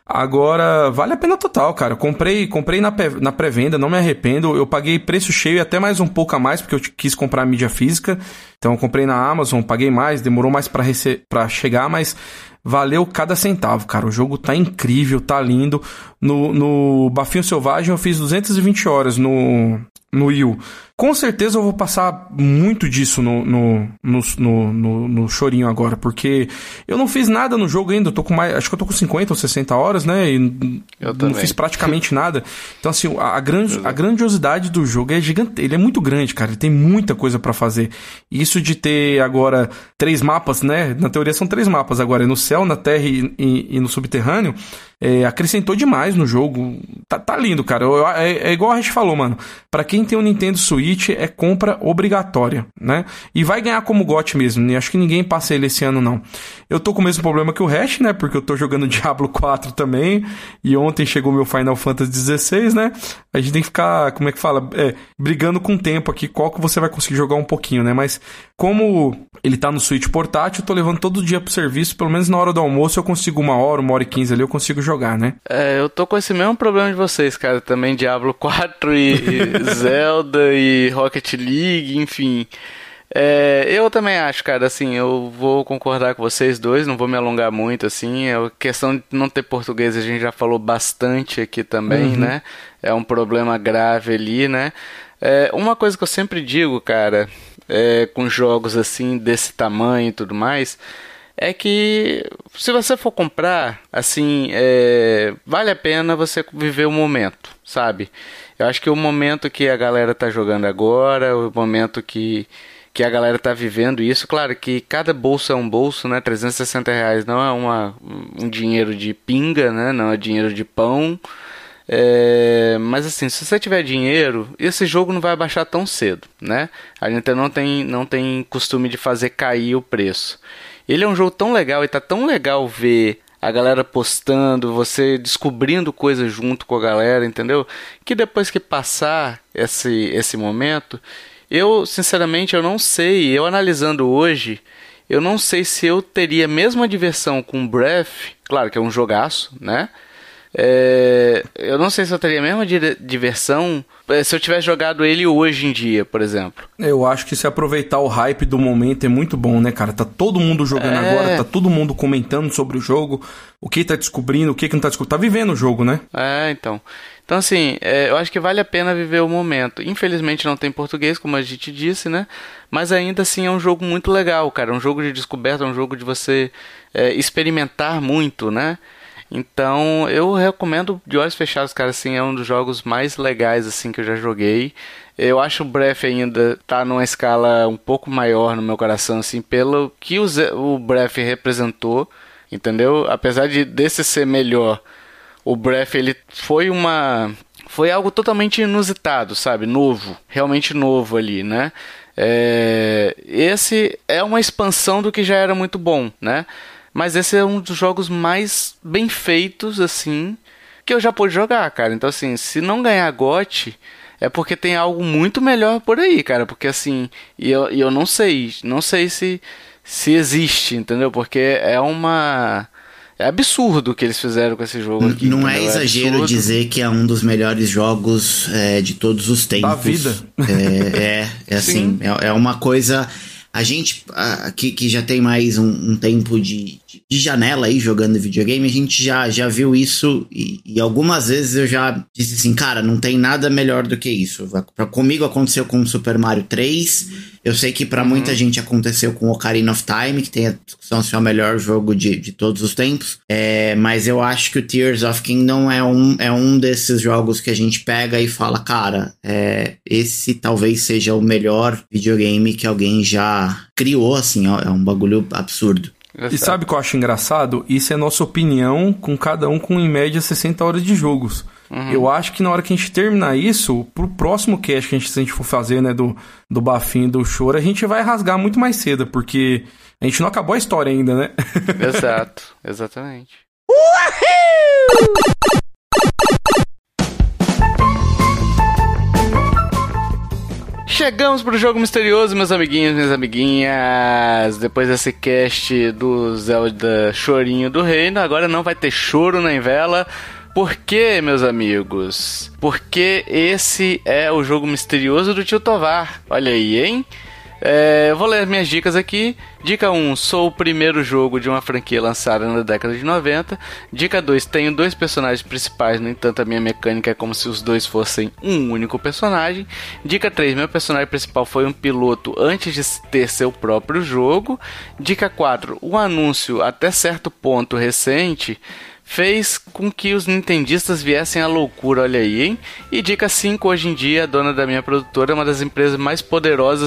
Speaker 2: Agora, vale a pena total, cara. Comprei, comprei na, na pré-venda, não me arrependo. Eu paguei preço cheio e até mais um pouco a mais, porque eu quis comprar a mídia física. Então eu comprei na Amazon, paguei mais, demorou mais pra, rece- pra chegar, mas valeu cada centavo, cara. O jogo tá incrível, tá lindo. No, no Bafinho Selvagem eu fiz duzentas e vinte horas no, no Wii U. Com certeza eu vou passar muito disso no, no, no, no, no, no Chorinho agora, porque eu não fiz nada no jogo ainda, eu tô com mais, acho que eu tô com cinquenta ou sessenta horas, né, e eu não também. Fiz praticamente nada. Então assim, a, a, grande, a grandiosidade do jogo é gigante, ele é muito grande, cara, ele tem muita coisa pra fazer. Isso de ter agora três mapas, né, na teoria são três mapas agora, é no céu, na terra e, e, e no subterrâneo. É, acrescentou demais no jogo. Tá, tá lindo, cara. Eu, é, é igual a gente falou, mano. Pra quem tem um Nintendo Switch, é compra obrigatória, né? E vai ganhar como G O T mesmo, né? Acho que ninguém passa ele esse ano, não. Eu tô com o mesmo problema que o Hash, né? Porque eu tô jogando Diablo quatro também. E ontem chegou meu Final Fantasy dezesseis, né? A gente tem que ficar, como é que fala? É, brigando com o tempo aqui, qual que você vai conseguir jogar um pouquinho, né? Mas como ele tá no Switch portátil, eu tô levando todo dia pro serviço, pelo menos na hora do almoço eu consigo uma hora, uma hora e quinze ali, eu consigo jogar, né?
Speaker 1: É, eu tô com esse mesmo problema de vocês, cara, também Diablo quatro e, e Zelda e Rocket League, enfim. É, eu também acho, cara, assim, eu vou concordar com vocês dois, não vou me alongar muito, assim, a questão de não ter português a gente já falou bastante aqui também, uhum. né? É um problema grave ali, né? É, uma coisa que eu sempre digo, cara, é, com jogos assim, desse tamanho e tudo mais, é que se você for comprar, assim, é, vale a pena você viver o momento, sabe? Eu acho que o momento que a galera tá jogando agora, o momento que... que a galera tá vivendo isso, claro que cada bolso é um bolso, né, trezentos e sessenta reais não é uma, um dinheiro de pinga, né, não é dinheiro de pão, é, mas assim, se você tiver dinheiro, esse jogo não vai baixar tão cedo, né, a Nintendo não tem, não tem costume de fazer cair o preço. Ele é um jogo tão legal e tá tão legal ver a galera postando, você descobrindo coisas junto com a galera, entendeu, que depois que passar esse, esse momento... Eu, sinceramente, eu não sei, eu analisando hoje, eu não sei se eu teria a mesma diversão com Breath, claro que é um jogaço, né? É, eu não sei se eu teria a mesma di- diversão se eu tivesse jogado ele hoje em dia, por exemplo.
Speaker 2: Eu acho que se aproveitar o hype do momento é muito bom, né, cara? Tá todo mundo jogando é... agora, tá todo mundo comentando sobre o jogo, o que tá descobrindo, o que, que não tá descobrindo, tá vivendo o jogo, né?
Speaker 1: É, então... Então, assim, é, eu acho que vale a pena viver o momento. Infelizmente não tem português, como a gente disse, né? Mas ainda assim é um jogo muito legal, cara. É um jogo de descoberta, é um jogo de você é, experimentar muito, né? Então, eu recomendo de olhos fechados, cara, assim, é um dos jogos mais legais, assim, que eu já joguei. Eu acho o Breath ainda tá numa escala um pouco maior no meu coração, assim, pelo que o, Ze- o Breath representou, entendeu? Apesar de desse ser melhor... O Breath, ele foi uma... Foi algo totalmente inusitado, sabe? Novo. Realmente novo ali, né? É... Esse é uma expansão do que já era muito bom, né? Mas esse é um dos jogos mais bem feitos, assim, que eu já pude jogar, cara. Então, assim, se não ganhar G O T, é porque tem algo muito melhor por aí, cara. Porque, assim, e eu, eu não sei. Não sei se, se existe, entendeu? Porque é uma... É absurdo o que eles fizeram com esse jogo aqui.
Speaker 3: Não é exagero é dizer que é um dos melhores jogos é, de todos os tempos.
Speaker 2: Da vida.
Speaker 3: É, é, é assim, é, é uma coisa... A gente a, que, que já tem mais um, um tempo de, de janela aí jogando videogame, a gente já, já viu isso e, e algumas vezes eu já disse assim, cara, não tem nada melhor do que isso. Pra, comigo aconteceu com o Super Mario três, eu sei que pra uhum. muita gente aconteceu com Ocarina of Time, que tem a discussão se é o melhor jogo de, de todos os tempos, é, mas eu acho que o Tears of Kingdom é um, é um desses jogos que a gente pega e fala, cara, é, esse talvez seja o melhor videogame que alguém já criou, assim, ó, é um bagulho absurdo.
Speaker 2: E sabe o que eu acho engraçado? Isso é nossa opinião, com cada um com em média sessenta horas de jogos. Uhum. Eu acho que na hora que a gente terminar isso, pro próximo cast que a gente, se a gente for fazer, né, do, do bafinho do choro, a gente vai rasgar muito mais cedo, porque a gente não acabou a história ainda, né?
Speaker 1: Exato, exatamente. Uhul! Chegamos pro jogo misterioso, meus amiguinhos, minhas amiguinhas. Depois desse cast do Zelda Chorinho do Reino, agora não vai ter choro nem vela. Por quê, meus amigos? Porque esse é o jogo misterioso do Tio Tovar. Olha aí, hein? É, eu vou ler minhas dicas aqui. Dica um, sou o primeiro jogo de uma franquia lançada na década de noventa. Dica dois, tenho dois personagens principais, no entanto a minha mecânica é como se os dois fossem um único personagem. Dica três, meu personagem principal foi um piloto antes de ter seu próprio jogo. Dica quatro, o anúncio até certo ponto recente fez com que os nintendistas viessem à loucura, olha aí, hein? E dica cinco, hoje em dia a dona da minha produtora é uma das empresas mais poderosas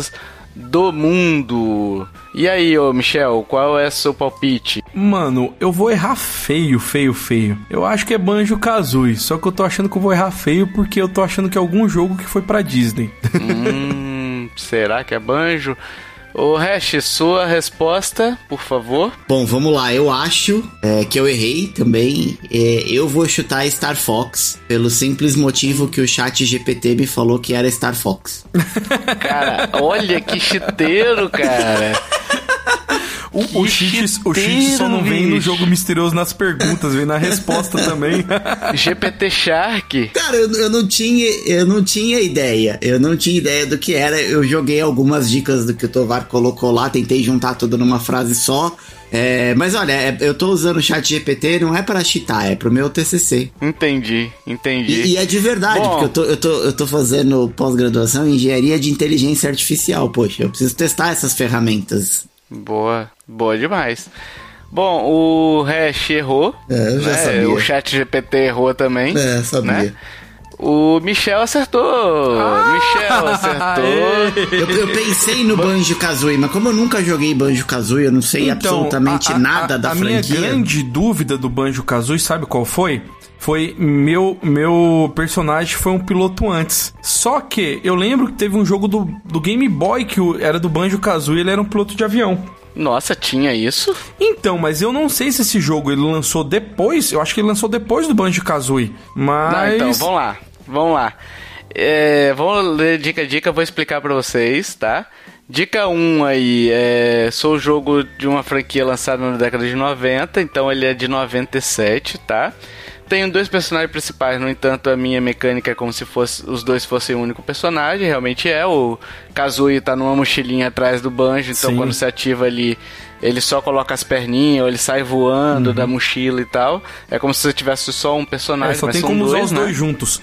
Speaker 1: do mundo. E aí, ô Michel, qual é o seu palpite?
Speaker 2: Mano, eu vou errar feio, feio, feio. Eu acho que é Banjo-Kazooie, só que eu tô achando que eu vou errar feio porque eu tô achando que é algum jogo que foi pra Disney.
Speaker 1: Hum, será que é Banjo? Ô Hash, sua resposta, por favor.
Speaker 3: Bom, vamos lá. Eu acho é, que eu errei também. É, eu vou chutar Star Fox, pelo simples motivo que o chat G P T me falou que era Star Fox.
Speaker 1: Cara, olha que chiteiro, cara.
Speaker 2: O, o, cheat, o cheat só não vem no jogo misterioso nas perguntas, vem na resposta também.
Speaker 1: G P T Shark.
Speaker 3: Cara, eu, eu não tinha, eu não tinha ideia. Eu não tinha ideia do que era. Eu joguei algumas dicas do que o Tovar colocou lá, tentei juntar tudo numa frase só. É, mas olha, é, eu tô usando o chat G P T, não é pra cheatar, é pro meu T C C.
Speaker 1: Entendi, entendi.
Speaker 3: E, e é de verdade, Bom, porque eu tô, eu, tô, eu tô fazendo pós-graduação em engenharia de inteligência artificial. Poxa, eu preciso testar essas ferramentas.
Speaker 1: Boa, boa demais. Bom, o Hash errou.
Speaker 3: É, eu já
Speaker 1: né?
Speaker 3: sabia.
Speaker 1: O chat G P T errou também.
Speaker 3: É, sabia.
Speaker 1: Né? O Michel acertou. Ah! Michel acertou.
Speaker 3: eu, eu pensei no Banjo-Kazooie, mas como eu nunca joguei Banjo-Kazooie, eu não sei então, absolutamente a, a, nada a, da
Speaker 2: a
Speaker 3: franquia.
Speaker 2: A minha grande dúvida do Banjo-Kazooie, sabe qual foi? Foi meu, meu personagem foi um piloto antes. Só que eu lembro que teve um jogo do, do Game Boy que era do Banjo-Kazooie, ele era um piloto de avião.
Speaker 1: Nossa, tinha isso?
Speaker 2: Então, mas eu não sei se esse jogo ele lançou depois. Eu acho que ele lançou depois do Banjo-Kazooie. Mas...
Speaker 1: Não, então, vamos lá. Vamos lá. É, vamos ler dica a dica, vou explicar pra vocês, tá? Dica um aí, é, sou o jogo de uma franquia lançada na década de noventa, então ele é de noventa e sete, tá? Tenho dois personagens principais, no entanto a minha mecânica é como se fosse, os dois fossem um único personagem, realmente é. O Kazooie tá numa mochilinha atrás do Banjo, então Sim. quando você ativa ali, ele só coloca as perninhas, ou ele sai voando uhum. da mochila e tal. É como se você tivesse só um personagem,
Speaker 2: é, só
Speaker 1: mas
Speaker 2: tem
Speaker 1: são
Speaker 2: como
Speaker 1: dois,
Speaker 2: usar os
Speaker 1: né?
Speaker 2: dois juntos.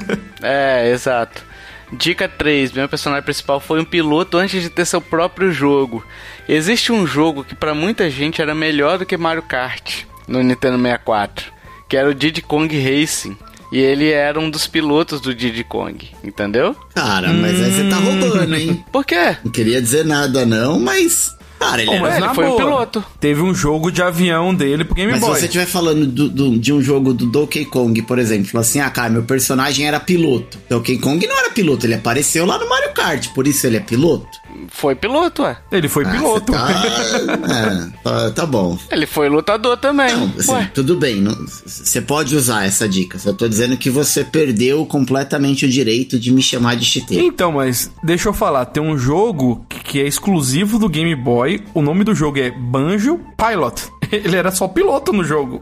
Speaker 1: É, exato. Dica três, meu personagem principal foi um piloto antes de ter seu próprio jogo. Existe um jogo que pra muita gente era melhor do que Mario Kart no Nintendo sessenta e quatro, que era o Diddy Kong Racing. E ele era um dos pilotos do Diddy Kong, entendeu?
Speaker 3: Cara, mas hum... aí você tá roubando, hein?
Speaker 1: Por quê?
Speaker 3: Não queria dizer nada não, mas... Cara, ele,
Speaker 1: oh, mas ele foi boa. um piloto.
Speaker 2: Teve um jogo de avião dele pro Game
Speaker 3: mas
Speaker 2: Boy.
Speaker 3: Mas se você estiver falando do, do, de um jogo do Donkey Kong, por exemplo, falou assim, ah, cara, meu personagem era piloto. Donkey Kong não era piloto, ele apareceu lá no Mario Kart, por isso ele é piloto.
Speaker 1: Foi piloto, ué.
Speaker 2: Ele foi ah, piloto.
Speaker 3: Tá... é, tá, tá bom.
Speaker 1: Ele foi lutador também.
Speaker 3: Não, assim, tudo bem, você pode usar essa dica. Só tô dizendo que você perdeu completamente o direito de me chamar de chiteiro.
Speaker 2: Então, mas deixa eu falar, tem um jogo que é exclusivo do Game Boy. O nome do jogo é Banjo Pilot. Ele era só piloto no jogo.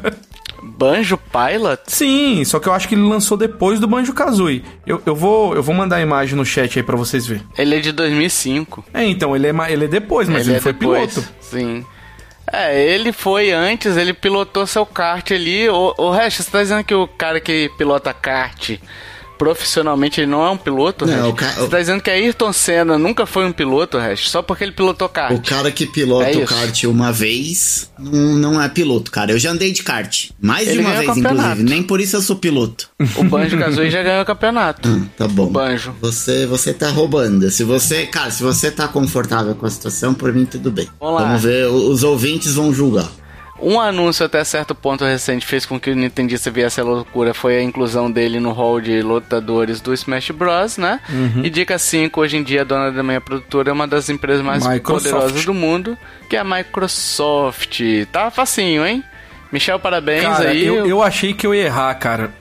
Speaker 1: Banjo Pilot?
Speaker 2: Sim, só que eu acho que ele lançou depois do Banjo-Kazooie. Eu, eu, vou, eu vou mandar a imagem no chat aí pra vocês verem.
Speaker 1: Ele é de dois mil e cinco.
Speaker 2: É, então, ele é, ele é depois, mas ele, ele é foi depois, piloto.
Speaker 1: Sim. É, ele foi antes, ele pilotou seu kart ali. O, o resto, você tá dizendo que o cara que pilota kart... profissionalmente ele não é um piloto,
Speaker 3: não,
Speaker 1: ca... Você tá dizendo que Ayrton Senna nunca foi um piloto, Rest, só porque ele pilotou kart.
Speaker 3: O cara que pilota é o kart uma vez não, não é piloto, cara. Eu já andei de kart. Mais ele de uma vez, inclusive. Nem por isso eu sou piloto.
Speaker 1: O Banjo-Kazooie já ganhou o campeonato.
Speaker 3: Ah, tá bom.
Speaker 1: O Banjo.
Speaker 3: Você, você tá roubando. Se você, cara, se você tá confortável com a situação, por mim tudo bem.
Speaker 1: Vamos lá.
Speaker 3: Vamos ver, os ouvintes vão julgar.
Speaker 1: Um anúncio até certo ponto recente fez com que o Nintendista viesse a loucura, foi a inclusão dele no hall de lutadores do Smash Bros, né? Uhum. E dica cinco, hoje em dia a dona da minha produtora é uma das empresas mais Microsoft. poderosas do mundo, que é a Microsoft. Tá facinho, hein? Michel, parabéns
Speaker 2: cara,
Speaker 1: aí.
Speaker 2: Eu, eu achei que eu ia errar, cara.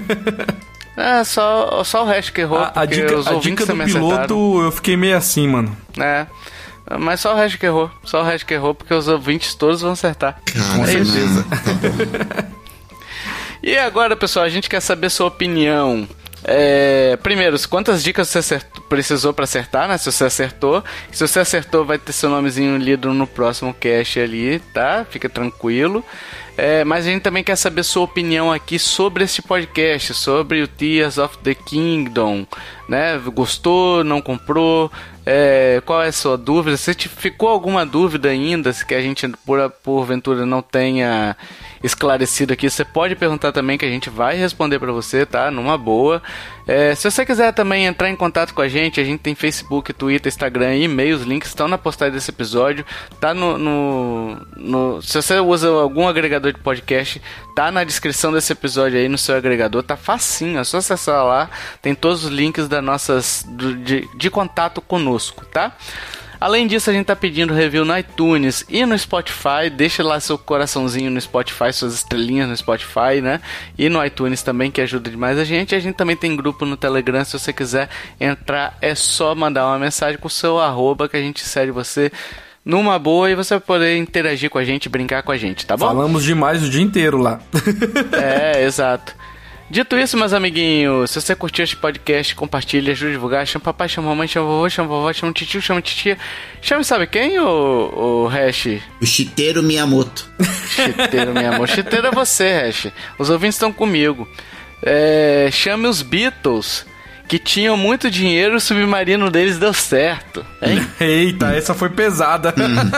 Speaker 1: É, só, só o resto que errou.
Speaker 2: A, a dica, a dica do piloto, acertaram. Eu fiquei meio assim, mano.
Speaker 1: É. Mas só o resto que errou. Só o resto que errou, porque os ouvintes todos vão acertar.
Speaker 3: Com certeza. Tá
Speaker 1: e agora, pessoal, a gente quer saber sua opinião. É, primeiro, quantas dicas você acertou, precisou para acertar, né? Se você acertou. Se você acertou, vai ter seu nomezinho lido no próximo cast ali, tá? Fica tranquilo. É, mas a gente também quer saber sua opinião aqui sobre este podcast, sobre o Tears of the Kingdom, né? Gostou, não comprou, É, qual é a sua dúvida? Se te ficou alguma dúvida ainda, se que a gente, por, porventura, não tenha esclarecido aqui, você pode perguntar também que a gente vai responder pra você, tá? Numa boa. É, se você quiser também entrar em contato com a gente, a gente tem Facebook, Twitter, Instagram e e-mail, os links estão na postagem desse episódio, tá no, no, no... Se você usa algum agregador de podcast, tá na descrição desse episódio aí no seu agregador, tá facinho, é só acessar lá, tem todos os links das nossas... Do, de, de contato conosco, tá? Além disso, a gente tá pedindo review no iTunes e no Spotify. Deixa lá seu coraçãozinho no Spotify, suas estrelinhas no Spotify, né? E no iTunes também, que ajuda demais a gente. A gente também tem grupo no Telegram, se você quiser entrar, é só mandar uma mensagem com o seu arroba que a gente segue você numa boa e você vai poder interagir com a gente, brincar com a gente, tá bom?
Speaker 2: Falamos demais o dia inteiro lá.
Speaker 1: É, exato. Dito isso, meus amiguinhos, se você curtiu este podcast, compartilha, ajuda a divulgar, chama papai, chama mamãe, chama vovô, chama vovó, chama titio, chama titia. Chama sabe quem, o, o Hash?
Speaker 3: O Shigeru Miyamoto.
Speaker 1: Shigeru Miyamoto. Shigeru é você, Hash. Os ouvintes estão comigo. É, chame os Beatles, que tinham muito dinheiro e o submarino deles deu certo. Hein?
Speaker 2: Eita, essa foi pesada.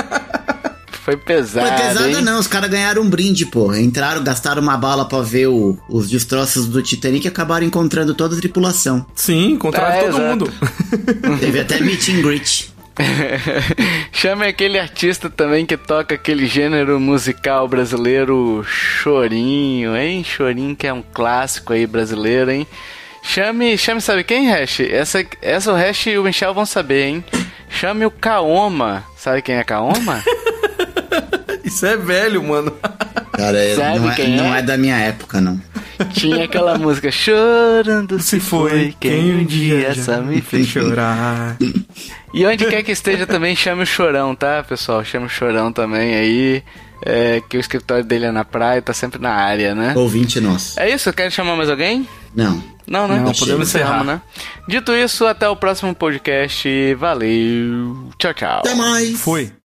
Speaker 1: Foi pesado,
Speaker 3: Foi pesada
Speaker 1: hein?
Speaker 3: não, os caras ganharam um brinde, pô. Entraram, gastaram uma bala pra ver o, os destroços do Titanic e acabaram encontrando toda a tripulação.
Speaker 2: Sim, encontraram
Speaker 1: É,
Speaker 2: todo
Speaker 1: exato.
Speaker 2: mundo.
Speaker 3: Teve até meet and greet.
Speaker 1: Chame aquele artista também que toca aquele gênero musical brasileiro, Chorinho, hein? Chorinho que é um clássico aí brasileiro, hein? Chame, chame sabe quem, Hash? Essa, essa o Hash e o Michel vão saber, hein? Chame o Kaoma. Sabe quem é Kaoma?
Speaker 2: Isso é velho, mano.
Speaker 3: Cara, é-
Speaker 1: Sabe
Speaker 3: não, é,
Speaker 1: quem
Speaker 3: não
Speaker 1: é?
Speaker 3: é da minha época, não.
Speaker 1: Tinha aquela música Chorando
Speaker 2: Se foi quem um dia já me fez chorar.
Speaker 1: E onde quer que esteja também chame o Chorão, tá, pessoal? Chame o Chorão também aí, é, que o escritório dele é na praia, tá sempre na área, né?
Speaker 3: Ouvinte nosso.
Speaker 1: É isso? Quer chamar mais alguém?
Speaker 3: Não.
Speaker 1: Não, né?
Speaker 2: Não, podemos encerrar.
Speaker 1: né? Dito isso, até o próximo podcast. Valeu. Tchau, tchau.
Speaker 3: Até mais.
Speaker 2: Foi.